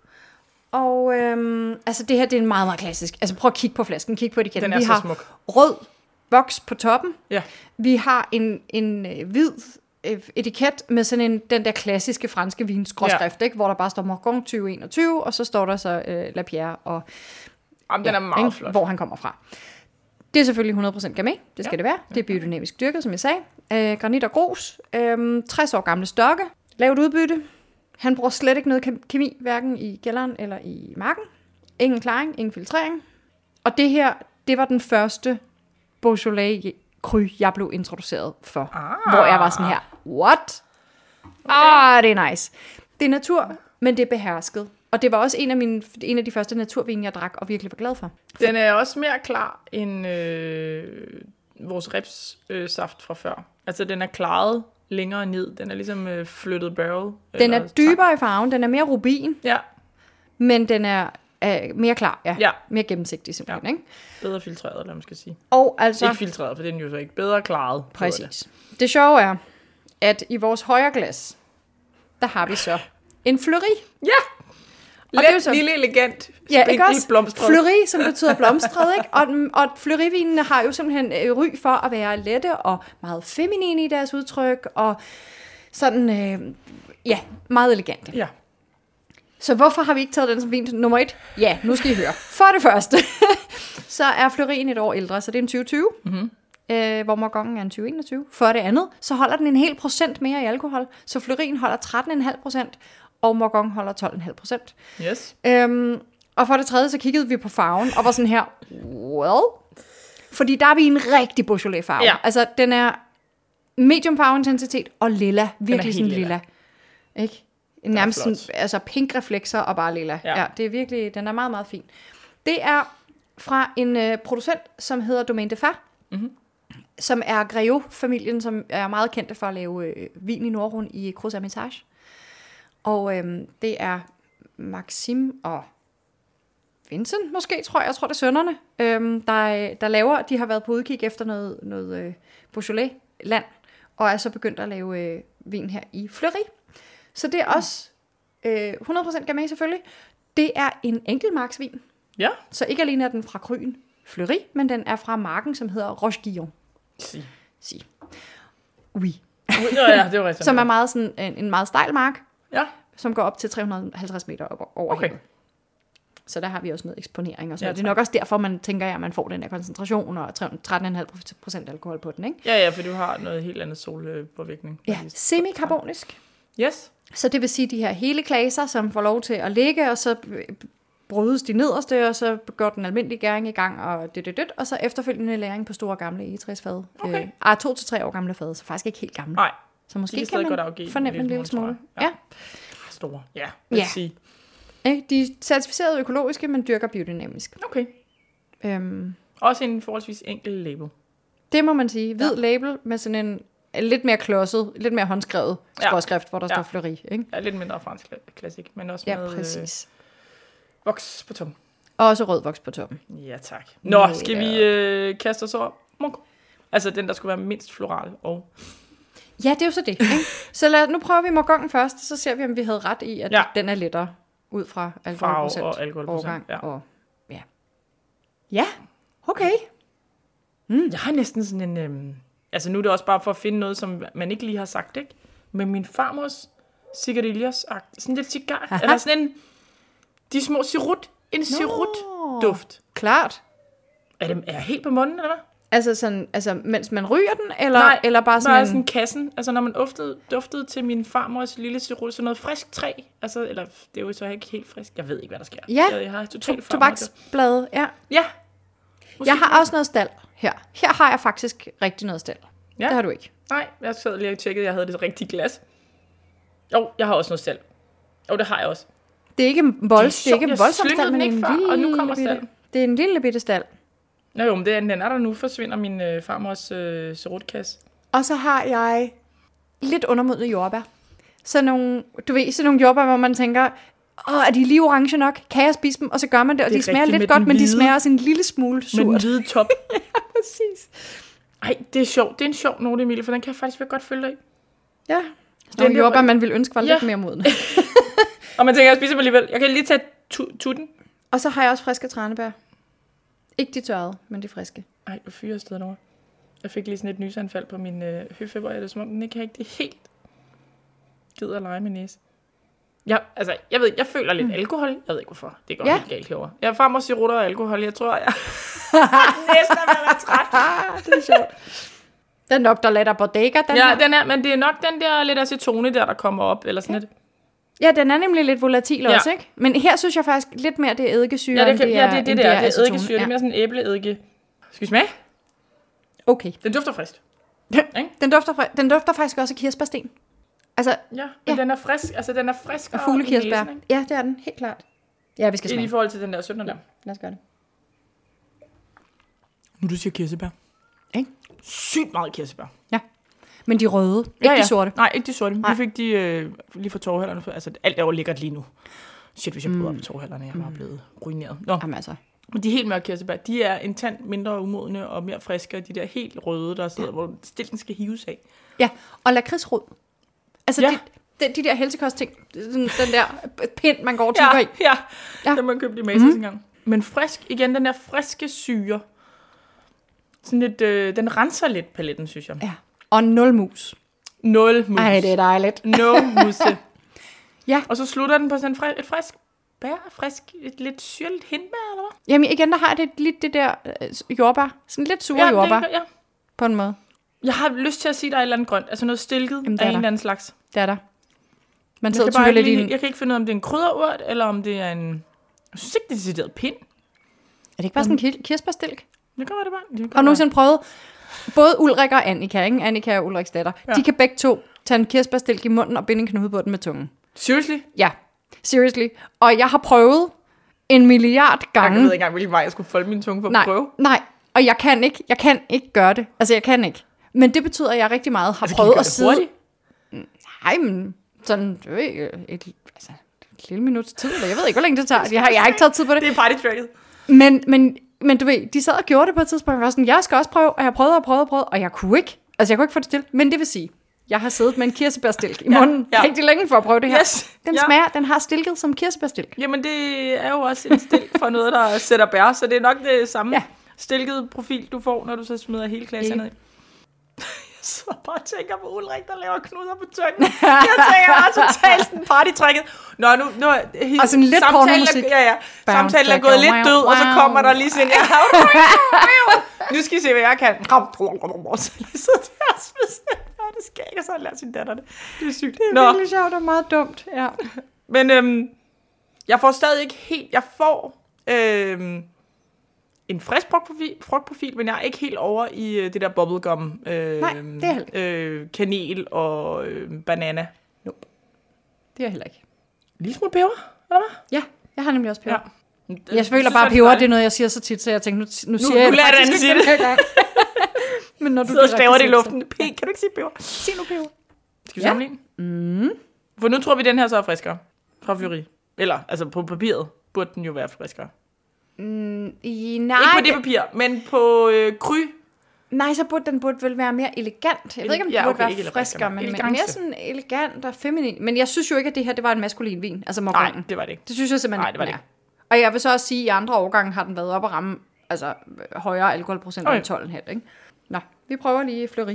Og altså det her, det er en meget, meget klassisk. Altså prøv at kigge på flasken, kig på etiketten. Den er Vi så har smuk. rød boks på toppen. Ja. Vi har en hvid etiket med sådan den der klassiske franske vinskråskrift, ikke? Hvor der bare står Morgon 2021, og så står der så Lapierre og Jamen, den er meget ikke? flot. Hvor han kommer fra. Det er selvfølgelig 100% Gamay, det skal det være. Det er biodynamisk dyrket, som jeg sagde. Granit og grus. 60 år gamle stokke. Lavt udbytte. Han bruger slet ikke noget kemi, hverken i kælderen eller i marken. Ingen klaring, ingen filtrering. Og det her, det var den første Beaujolais Cru, jeg blev introduceret for. Hvor jeg var sådan her, what? Okay. Det er nice. Det er natur, men det er behersket. Og det var også en af de første naturvine, jeg drak og virkelig var glad for. Den er også mere klar end vores ribssaft fra før. Altså, den er klaret længere ned. Den er ligesom flyttet barrel. Den er dybere i farven. Den er mere rubin. Ja. Men den er mere klar. Ja. Mere gennemsigtig simpelthen. Ikke? Bedre filtreret, eller man skal sige. Og altså, ikke filtreret, for det er den jo så ikke. Bedre klaret. Præcis. Det sjove er, at i vores højre glas, der har vi så en Fleury. Ja! Og det er så lille, elegant, ja, ikke også? blomstret. Fleury, som betyder blomstret, ikke? Og Fleury-vinene har jo simpelthen ry for at være lette og meget feminine i deres udtryk, og sådan, meget elegante. Ja. Så hvorfor har vi ikke taget den som vin nummer 1? Ja, nu skal I høre. For det første, så er Fleurien et år ældre, så det er en 2020. Mm-hmm. Hvor Morgonen er en 2021. For det andet, så holder den en hel procent mere i alkohol, så Fleurien holder 13,5%, og Morgon holder 12,5%. Yes. Og for det tredje, så kiggede vi på farven, og var sådan her, fordi der er vi en rigtig Beaujolais farve. Ja. Altså, den er medium farveintensitet og lilla, virkelig sådan lilla. Ikke? Nærmest sådan, altså pink reflekser og bare lilla. Ja, det er virkelig, den er meget, meget fin. Det er fra en producent, som hedder Domaine de Fa, som er Greo-familien, som er meget kendte for at lave vin i Nordrhône i Cruz Hermitage. Og det er Maxime og Vincent, måske, tror jeg. Jeg tror, det er sønnerne, der laver. De har været på udkig efter noget Beaujolais-land, og er så begyndt at lave vin her i Fleury. Så det er også 100% Gamay selvfølgelig. Det er en enkeltmarksvin. Ja. Så ikke alene er den fra Cruen Fleury, men den er fra marken, som hedder Roche-Guyon. Si. Oui. Ja, det var rigtigt. Som er meget sådan, en meget stejl mark. Ja. Som går op til 350 meter over havet. Så der har vi også noget eksponering og sådan. Ja, det er nok også derfor, man tænker, at man får den her koncentration og 13,5% alkohol på den, ikke? Ja, for du har noget helt andet solpåvirkning. Ja, semikarbonisk. Yes. Så det vil sige de her hele klaser, som får lov til at ligge, og så brydes de nederste, og så går den almindelige gæring i gang, og så efterfølgende læring på store gamle egetræsfad. Okay. 2 til 3 år gamle fad, så faktisk ikke helt gamle. Nej. Så måske kan man fornemme en lille smule. Ja. Store. Ja, lad os sige. De er certificeret økologiske, men dyrker biodynamisk. Okay. Også en forholdsvis enkel label. Det må man sige. Hvid label med sådan en lidt mere klodset, lidt mere håndskrevet skråskrift, hvor der står Fleury. Ikke? Ja, lidt mindre fransk klassik, men også med præcis. Voks på toppen. Og også rød voks på toppen. Ja, tak. Nå, skal vi kaste os over Morgon? Altså den, der skulle være mindst floral og... Ja, det er jo så det. Ikke? Så nu prøver vi Morgonen først, så ser vi, om vi havde ret i, at den er lettere ud fra alkoholprocent. Og alkoholprocent, Ja, okay. Jeg har næsten sådan en... altså nu er det også bare for at finde noget, som man ikke lige har sagt, ikke? Men min farmors cigarillos, sådan lidt cigar, eller sådan en... De små sirut-duft. Klart. Er jeg helt på munden, eller hvad? Altså, mens man ryger den, eller, nej, eller bare sådan bare sådan kassen. Altså, når man duftede til min farmors lille sirut, sådan noget frisk træ. Altså, eller, det er jo så ikke helt frisk. Jeg ved ikke, hvad der sker. Ja, jeg har totalt tobaksblade, ja. Ja. Måske jeg har også noget stald her. Her har jeg faktisk rigtig noget stald. Ja. Det har du ikke. Nej, jeg sad lige og tjekkede, jeg havde det rigtige glas. Jo, jeg har også noget stald. Jo, det har jeg også. Det er ikke en voldsom stald, men en lille og nu kommer stald. Det er en lille bitte stald. Jo, men den er der nu, forsvinder min farmors serutkasse. Og så har jeg lidt undermodne jordbær. Så nogle jordbær, hvor man tænker, er de lige orange nok? Kan jeg spise dem? Og så gør man det, og de smager lidt godt, men de smager også en lille smule surt. Med den hvide top. Ja, præcis. Ej, det er sjovt. Det er en sjov note, Emilie, for den kan jeg faktisk godt følge dig i. Ja. Den jordbær, man ville ønske var lidt mere moden. Og man tænker, jeg spiser dem alligevel. Jeg kan lige tage tutten. Og så har jeg også friske tranebær. Ikke de tørrede, men de friske. Ej, hvor fyrer afsted derovre. Jeg fik lige sådan et nysanfald på min høfeber. Det er som om, den ikke rigtig helt gider at lege med næse. Jeg føler lidt alkohol. Jeg ved ikke hvorfor. Det går helt galt herovre. Jeg er farmor sirutter og alkohol. Jeg tror, jeg næsten er ved at være træt. Det er sjovt. Den lugter lidt af bodega, den her. Den er, men det er nok den der lidt acetone der kommer op, eller sådan lidt. Ja, den er nemlig lidt volatil også, ikke? Men her synes jeg faktisk lidt mere, det er eddikesyre, det er det der. Det er eddikesyre. Det er mere sådan en æbleeddike. Skal vi smage? Okay. Den dufter frisk. Den dufter faktisk også af kirsebærsten. Altså, men den er frisk. Altså, den er frisk og fuglekirsebær. Ja, det er den. Helt klart. Ja, vi skal smage. I forhold til den der 17'er der. Lad os gøre det. Nu du siger kirsebær. Ikke? Sygt meget kirsebær. Ja. Men de røde, ikke de sorte. Nej, ikke de sorte. Vi fik de lige fra torvhælderne. Altså, alt er jo lækkert lige nu. Shit, hvis jeg prøver på torvhælderne, jeg var blevet ruineret. Nå. Jamen altså. Men de helt mørke kirsebær, de er en tand mindre umodne og mere friske, og de der helt røde, der sidder, hvor stilken skal hives af. Ja, og lakridsrod. Altså, de der helsekost-ting, den der pind, man går og tykker i. Ja, den man købte i Matas engang. Men frisk, igen, den der friske syre. Sådan lidt, den renser lidt paletten, synes jeg. Ja, og 0 mus. 0 mus. Ej, det er dejligt. No musse. Ja. Og så slutter den på sådan et frisk bær, et lidt syrligt hindbær, eller hvad? Jamen igen, der har det lidt det der jordbær. Sådan lidt sure jordbær. Ja. På en måde. Jeg har lyst til at sige, der er et eller andet grønt. Altså noget stilket af en eller anden slags. Det er der. Man sidder og lidt i. Jeg kan ikke finde ud af, om det er en krydderurt, eller om det er en... Jeg synes ikke, det er decideret pind. Er det ikke bare sådan en kirsebærstilk? Det kan være det bare. Og nogensinde prøvet, både Ulrik og Annika, ikke? Annika og Ulriks datter, de kan begge to tage en kirsebærstilk i munden og binde en knude på den med tungen. Seriously? Ja, seriously. Og jeg har prøvet 1 milliard gange. Jeg ved ikke engang, hvilken vej jeg skulle folde min tunge for at prøve. Nej, og jeg kan ikke gøre det. Altså, jeg kan ikke. Men det betyder, at jeg rigtig meget har prøvet at sidde... Hurtigt? Nej, men sådan et lille minuts tid, eller jeg ved ikke, hvor længe det tager. Jeg har ikke taget tid på det. Det er partytracket. Men du ved, de sad og gjorde det på et tidspunkt, og jeg var sådan, jeg skal også prøve, og jeg prøvede, og jeg kunne ikke. Altså, jeg kunne ikke få det til. Men det vil sige, jeg har siddet med en kirsebærstilk i munden rigtig længe for at prøve det her. Yes. Den har stilket som kirsebærstilk. Jamen, det er jo også en stilk for noget, der sætter bær, så det er nok det samme stilkede profil, du får, når du så smider hele klassen ned i. Jeg sidder bare og tænker på Ulrik, der laver knuder på tungen. Jeg tænker bare totalt sådan partytrækket. Nå, nu og sådan lidt pornomusik. Samtalen er gået lidt død, og så kommer der lige sådan, nu skal I se, hvad jeg kan. Så lige sidder der og smider det skæg, og så lærer sin datter det. Det er sygt. Det er virkelig sjovt og meget dumt, ja. Men jeg får stadig ikke helt, jeg får en frisk frugtprofil, men jeg er ikke helt over i det der bubblegum, Nej, det er heller kanel og banana. Nope. Det er heller ikke. Lige smule peber, eller hvad? Ja, jeg har nemlig også peber. Ja. Jeg føler bare, at peber, det er noget, jeg siger så tit, så jeg tænker, nu siger jeg det faktisk ikke den her gang. Men når du så staver det i luften. Kan du ikke sige peber? Sig nu peber. Skal vi sammenligne? For nu tror vi, den her så er friskere fra Fleury. Eller, altså på papiret burde den jo være friskere. Nej. Ikke på det papir, men på Kry. Nej, så burde den vel være mere elegant. Jeg ved ikke, om den burde være friskere, men mere sådan elegant og feminin. Men jeg synes jo ikke, at det her det var en maskulin vin. Altså Nej, det var det ikke. Det synes jeg simpelthen Nej, det var det ikke. Og jeg vil så også sige, at i andre årgange har den været op at ramme altså højere alkoholprocent end 12,5, ikke? Nå, vi prøver lige Fleury.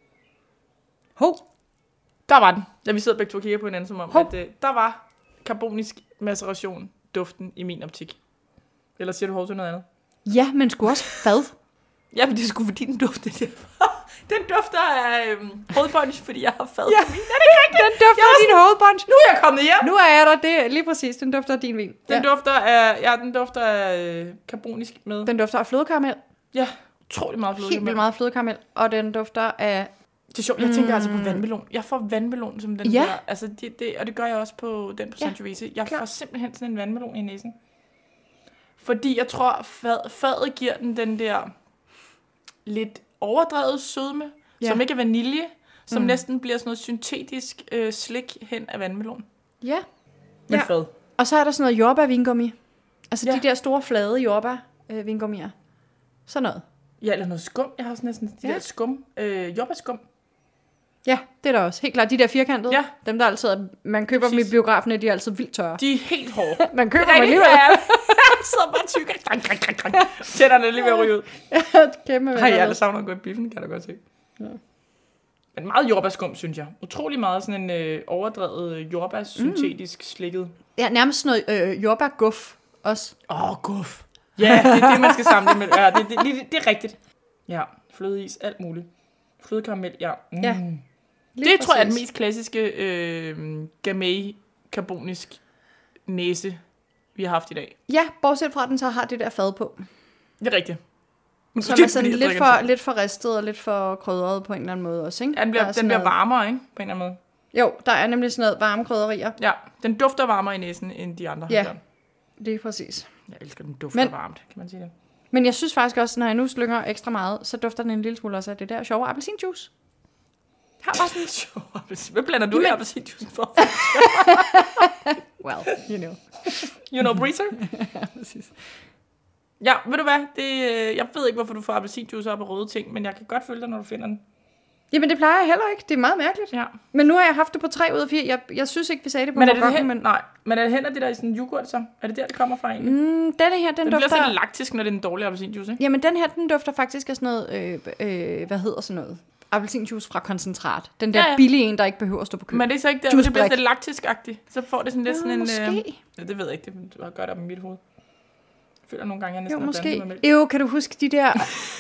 Der var den. Da vi sidder begge to og kigger på hinanden, som om, at der var karbonisk maceration duften i min optik. Eller siger du hov til noget andet? Ja, men sgu også fad. Ja, men det er sgu fordi den dufter. Den dufter af hovedbunch, fordi jeg har fad på min. Er det ikke rigtigt? Den dufter af din hovedbunch. Nu er jeg kommet hjem. Nu er jeg der. Det er lige præcis. Den dufter af din vin. Den dufter af karbonisk med. Den dufter af flødekaramel. Ja, utrolig meget flødekaramel. Helt vildt meget flødekaramel. Og den dufter af... Det er sjovt. Jeg tænker altså på vandmelon. Jeg får vandmelon som den der. Altså og det gør jeg også på den på Sangiovese. Jeg får simpelthen sådan en vandmelon i næsen. Fordi jeg tror, fadet giver den der lidt overdrevet sødme, som ikke er vanilje, som næsten bliver sådan noget syntetisk slik hen af vandmelon. Ja. Men fad. Og så er der sådan noget jordbær-vingummi. Altså Ja. de der store, flade jordbær-vingummier. Sådan noget. Ja, eller noget skum. Jeg har også næsten de der skum. Jordbærskum. Ja, det er der også. Helt klart. De der firkantede. Ja. Dem, der altid man køber dem i biografen, de er altid vildt tørre. De er helt hårde. Man køber dem Rigtig, alligevel. ja. Så bare tykker. Tænderne er lige ved at ryge ud. Kæmpe Har jeg aldrig savnet at gå i biffen, kan du godt se. Ja. Men meget jordbærskum, synes jeg. Utrolig meget sådan en overdrevet jordbærsyntetisk slikket. Ja, nærmest sådan noget jordbærguf også. Guf. Ja, det er det, man skal samle med. Ja, det er rigtigt. Ja, flødeis, alt muligt. Flødekaramel, ja. Ja. Det tror jeg er den mest klassiske gamay karbonisk næse, vi har haft i dag. Ja, bortset fra, at den så har det der fad på. Det er rigtigt. Som er sådan lidt for ristet og lidt for krydret på en eller anden måde også, ikke? Ja, den bliver varmere, ikke? På en eller anden måde. Jo, der er nemlig sådan noget varme krydderier. Ja, den dufter varmere i næsen, end de andre. Ja, det er præcis. Jeg elsker, den dufter varmt, kan man sige det. Men jeg synes faktisk også, når jeg nu slynger ekstra meget, så dufter den en lille smule også af det der sjove appelsinjuice. Har bare sådan sjov. Hvad blander du i appelsinjuice for? Well, you know. You know, breezer? Ja, præcis. Ja, ved du hvad? Jeg ved ikke, hvorfor du får appelsinjuice op af røde ting, men jeg kan godt følge dig, når du finder den. Jamen, det plejer jeg heller ikke. Det er meget mærkeligt. Ja. Men nu har jeg haft det på 3 ud af 4. Jeg synes ikke, vi sagde det på men men er det hen af det der i sådan en yoghurt, så? Er det der, det kommer fra egentlig? Denne her, den dufter... bliver sådan laktisk, når det er en dårlig appelsinjuice, ikke? Jamen, den her, den dufter faktisk af sådan noget... hvad hedder sådan noget? Appelsinjuice fra koncentrat. Den der billige en, der ikke behøver at stå på køb. Men det er så ikke der, det bliver sådan lidt laktisk-agtigt. Så får det sådan lidt sådan en... Måske. Det ved jeg ikke, det har godt op i mit hoved. Jeg føler nogle gange, jeg næsten måske. Med mælk. Kan du huske de der...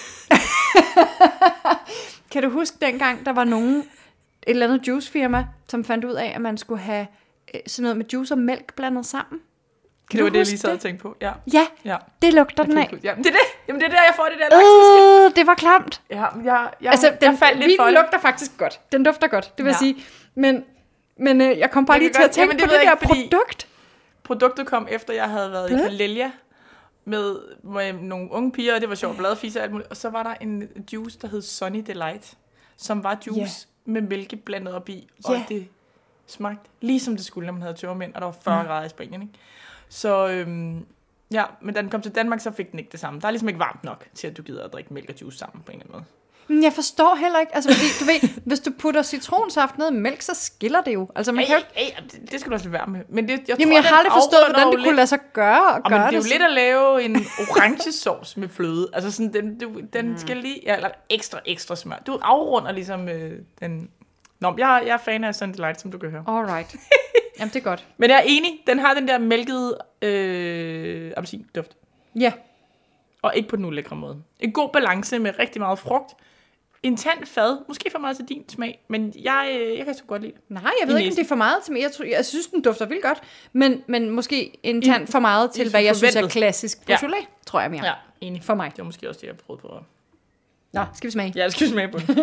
Kan du huske dengang, der var nogen, et eller andet juicefirma, som fandt ud af, at man skulle have sådan noget med juice og mælk blandet sammen? Det var det, jeg lige sad og tænkte på. Ja, det lugter den af. Jamen, det er det. Jamen, det er der, jeg får det der laktiske. Det var klamt. Ja, jeg den faldt lidt for det. lugter faktisk godt. Den dufter godt, det vil jeg sige. Men jeg kom bare lige til at tænke på det der produkt. Produktet kom efter, jeg havde været i Kalelja med nogle unge piger, og det var sjovt, bladfise og alt muligt. Og så var der en juice, der hed Sunny Delight, som var juice med mælke blandet op i, og det smagte lige som det skulle, når man havde tørmænd, og der var 40 grader i Spanien, ikke? Så men da den kom til Danmark, så fik den ikke det samme. Der er ligesom ikke varmt nok til, at du gider at drikke mælk og juice sammen på en eller anden måde. Men jeg forstår heller ikke, altså fordi, du ved, hvis du putter citronsaft ned i mælk, så skiller det jo. Altså man kan jo... Det skal du også lade være med. Men det, jeg har aldrig forstået, hvordan det kunne lade sig gøre. Men det er jo lidt at lave en orange sauce med fløde. Altså sådan, den skal lige... Ja, eller ekstra smør. Du afrunder ligesom den... Nå, jeg er fan af Sunny Delight, som du kan høre. Alright. Jamen, det er godt. Men jeg er enig. Den har den der mælkede appelsinduft. Ja. Og ikke på den ulækre måde. En god balance med rigtig meget frugt. En tand fad. Måske for meget til din smag. Men jeg kan så godt lide det. Nej, jeg ved ikke, om det er for meget til mig. Jeg synes, den dufter vildt godt. Men måske en tand for meget til, hvad jeg synes er klassisk beaujolais, tror jeg mere. Ja, enig. For mig. Det var måske også det, jeg prøvede på. Nå, skal vi smage? Ja, skal vi smage på det.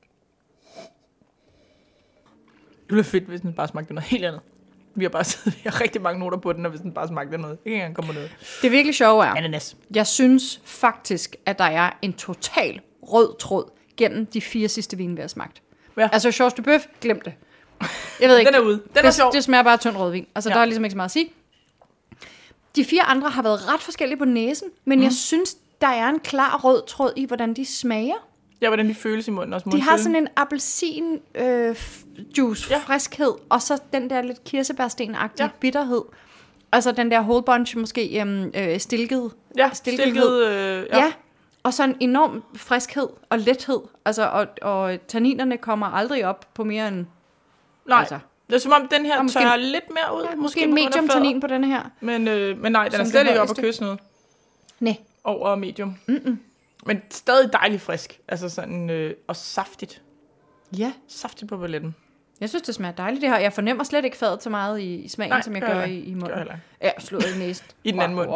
Det ville være fedt, hvis den bare smagte noget helt andet. Vi har rigtig mange noter på den, og hvis den bare smagte noget. Ikke engang kommer noget. Det er virkelig sjovt, er. Ananas. Jeg synes faktisk, at der er en total rød tråd gennem de 4 sidste vin, vi har smagt. Ja. Altså, Georges de Boeuf, glem det. Jeg ved ikke. Den er ude. Den er sjov. Det smager bare tynd rødvin. Altså, der er ligesom ikke så meget at sige. De 4 andre har været ret forskellige på næsen, men jeg synes, der er en klar rød tråd i, hvordan de smager. Ja, hvordan de føles i munden også. De har sådan en appelsin juice friskhed, og så den der lidt kirsebærsten-agtige bitterhed. Altså den der whole bunch, måske stilket. Ja, stilket. Ja, og så en enorm friskhed og lethed. Altså, og tanninerne kommer aldrig op på mere end... Nej, altså, det er som om den her tørrer lidt mere ud. Ja, måske en medium tannin på denne her. Men nej, den er slet ikke op at kysse noget. Nej. Over medium. Men stadig dejligt frisk. Altså sådan, og saftigt. Ja. Saftigt på paletten. Jeg synes, det smager dejligt det her. Jeg fornemmer slet ikke fadet så meget i smagen, nej, som jeg gør i munden. Ja, slået i næsen. I den anden mund.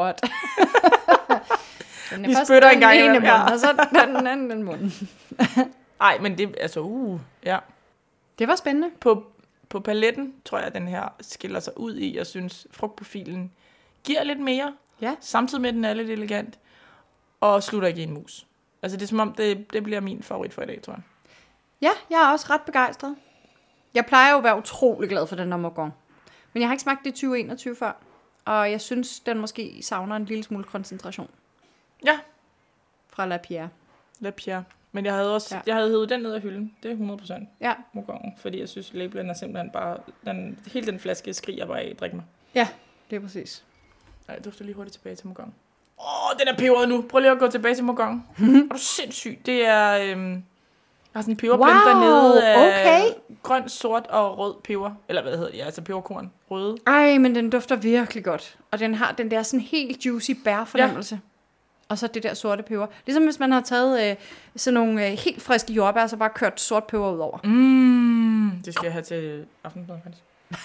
Vi spytter en gang i munden, og så den anden munden. Ej, men det, altså, ja. Det var spændende. På paletten, tror jeg, at den her skiller sig ud i. Jeg synes, frugtprofilen giver lidt mere. Ja. Samtidig med, at den er lidt elegant. Og slutter ikke i en mus. Altså, det er som om, det bliver min favorit for i dag, tror jeg. Ja, jeg er også ret begejstret. Jeg plejer jo at være utrolig glad for den der Morgon. Men jeg har ikke smagt det i 2021 før. og jeg synes, den måske savner en lille smule koncentration. Ja. Fra La Pierre. La Pierre. Men jeg havde også, jeg havde hævet den ned af hylden. Det er 100%. Ja. Mogongen, fordi jeg synes, labelen er simpelthen bare, hele den flaske skriger bare af, drik mig. Ja, det er præcis. Nej, jeg dufter lige hurtigt tilbage til Mogongen. Den er peberet nu. Prøv lige at gå tilbage til Mogongen. Er du sindssyg? Det er, jeg har sådan en peberblend dernede af grøn, sort og rød peber. Eller hvad hedder det? Altså peberkorn. Røde. Ej, men den dufter virkelig godt. Og den har den der sådan helt juicy bærfornemmelse. Ja. Og så det der sorte peber. Ligesom hvis man har taget sådan nogle helt friske jordbær, så bare kørt sort peber ud over. Det skal jeg have til aftensmad, faktisk.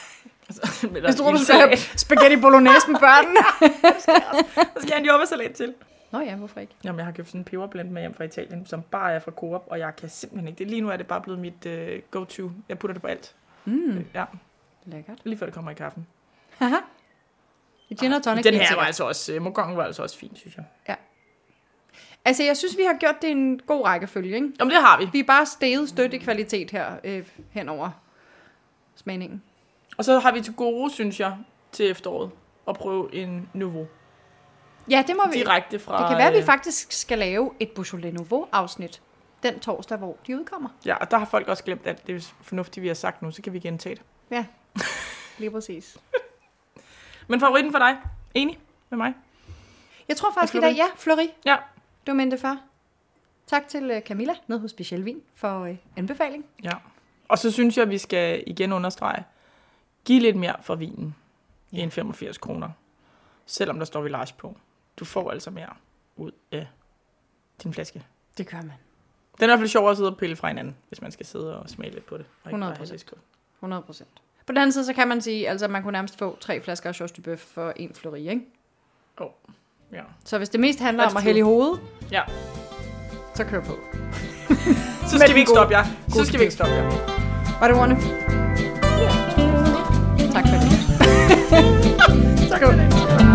Jeg tror, du skal have spaghetti bolognese med børnene. Så skal jeg en jordbærsalat til. Nå ja, hvorfor ikke? Jamen, jeg har købt sådan en peberblend med hjem fra Italien, som bare er fra Coop, og jeg kan simpelthen ikke. Lige nu er det bare blevet mit go-to. Jeg putter det på alt. Ja. Lækkert. Lige før det kommer i kaffen. Haha. Gin og tonic. Den her var altså også, Mogongen var altså også fin, synes jeg. Ja. Altså, jeg synes, vi har gjort det i en god rækkefølge, ikke? Jamen, det har vi. Vi er bare steget stødt i kvalitet her henover smagningen. Og så har vi til gode, synes jeg, til efteråret at prøve en Nouveau. Ja, det må vi. Direkte fra... Det kan være, at vi faktisk skal lave et Beaujolais Nouveau-afsnit den torsdag, hvor de udkommer. Ja, og der har folk også glemt, at det er fornuftigt, vi har sagt nu, så kan vi gentage det. Ja, lige præcis. Men favoritten for dig? Enig med mig? Jeg tror faktisk i dag, ja, Fleury. Ja. Du mente før. Tak til Camilla nede hos Special Vin for anbefaling. Ja. Og så synes jeg, at vi skal igen understrege, giv lidt mere for vinen end 85 kroner. Selvom der står Village på. Du får altså mere ud af din flaske. Det gør man. Den er i hvert fald sjovere at sidde og pille fra hinanden, hvis man skal sidde og smage lidt på det. 100%. 100%. På den anden side, så kan man sige, altså man kunne nærmest få 3 flasker af Sauce du Bœuf for 1 Fleury, ikke? Ja. Så hvis det mest handler om at hælde i hovedet, ja, så kør på. Så skal vi ikke stoppe jer. Så skal vi ikke stoppe jer. Var det ordene? Ja. Tak for det. Tak for det.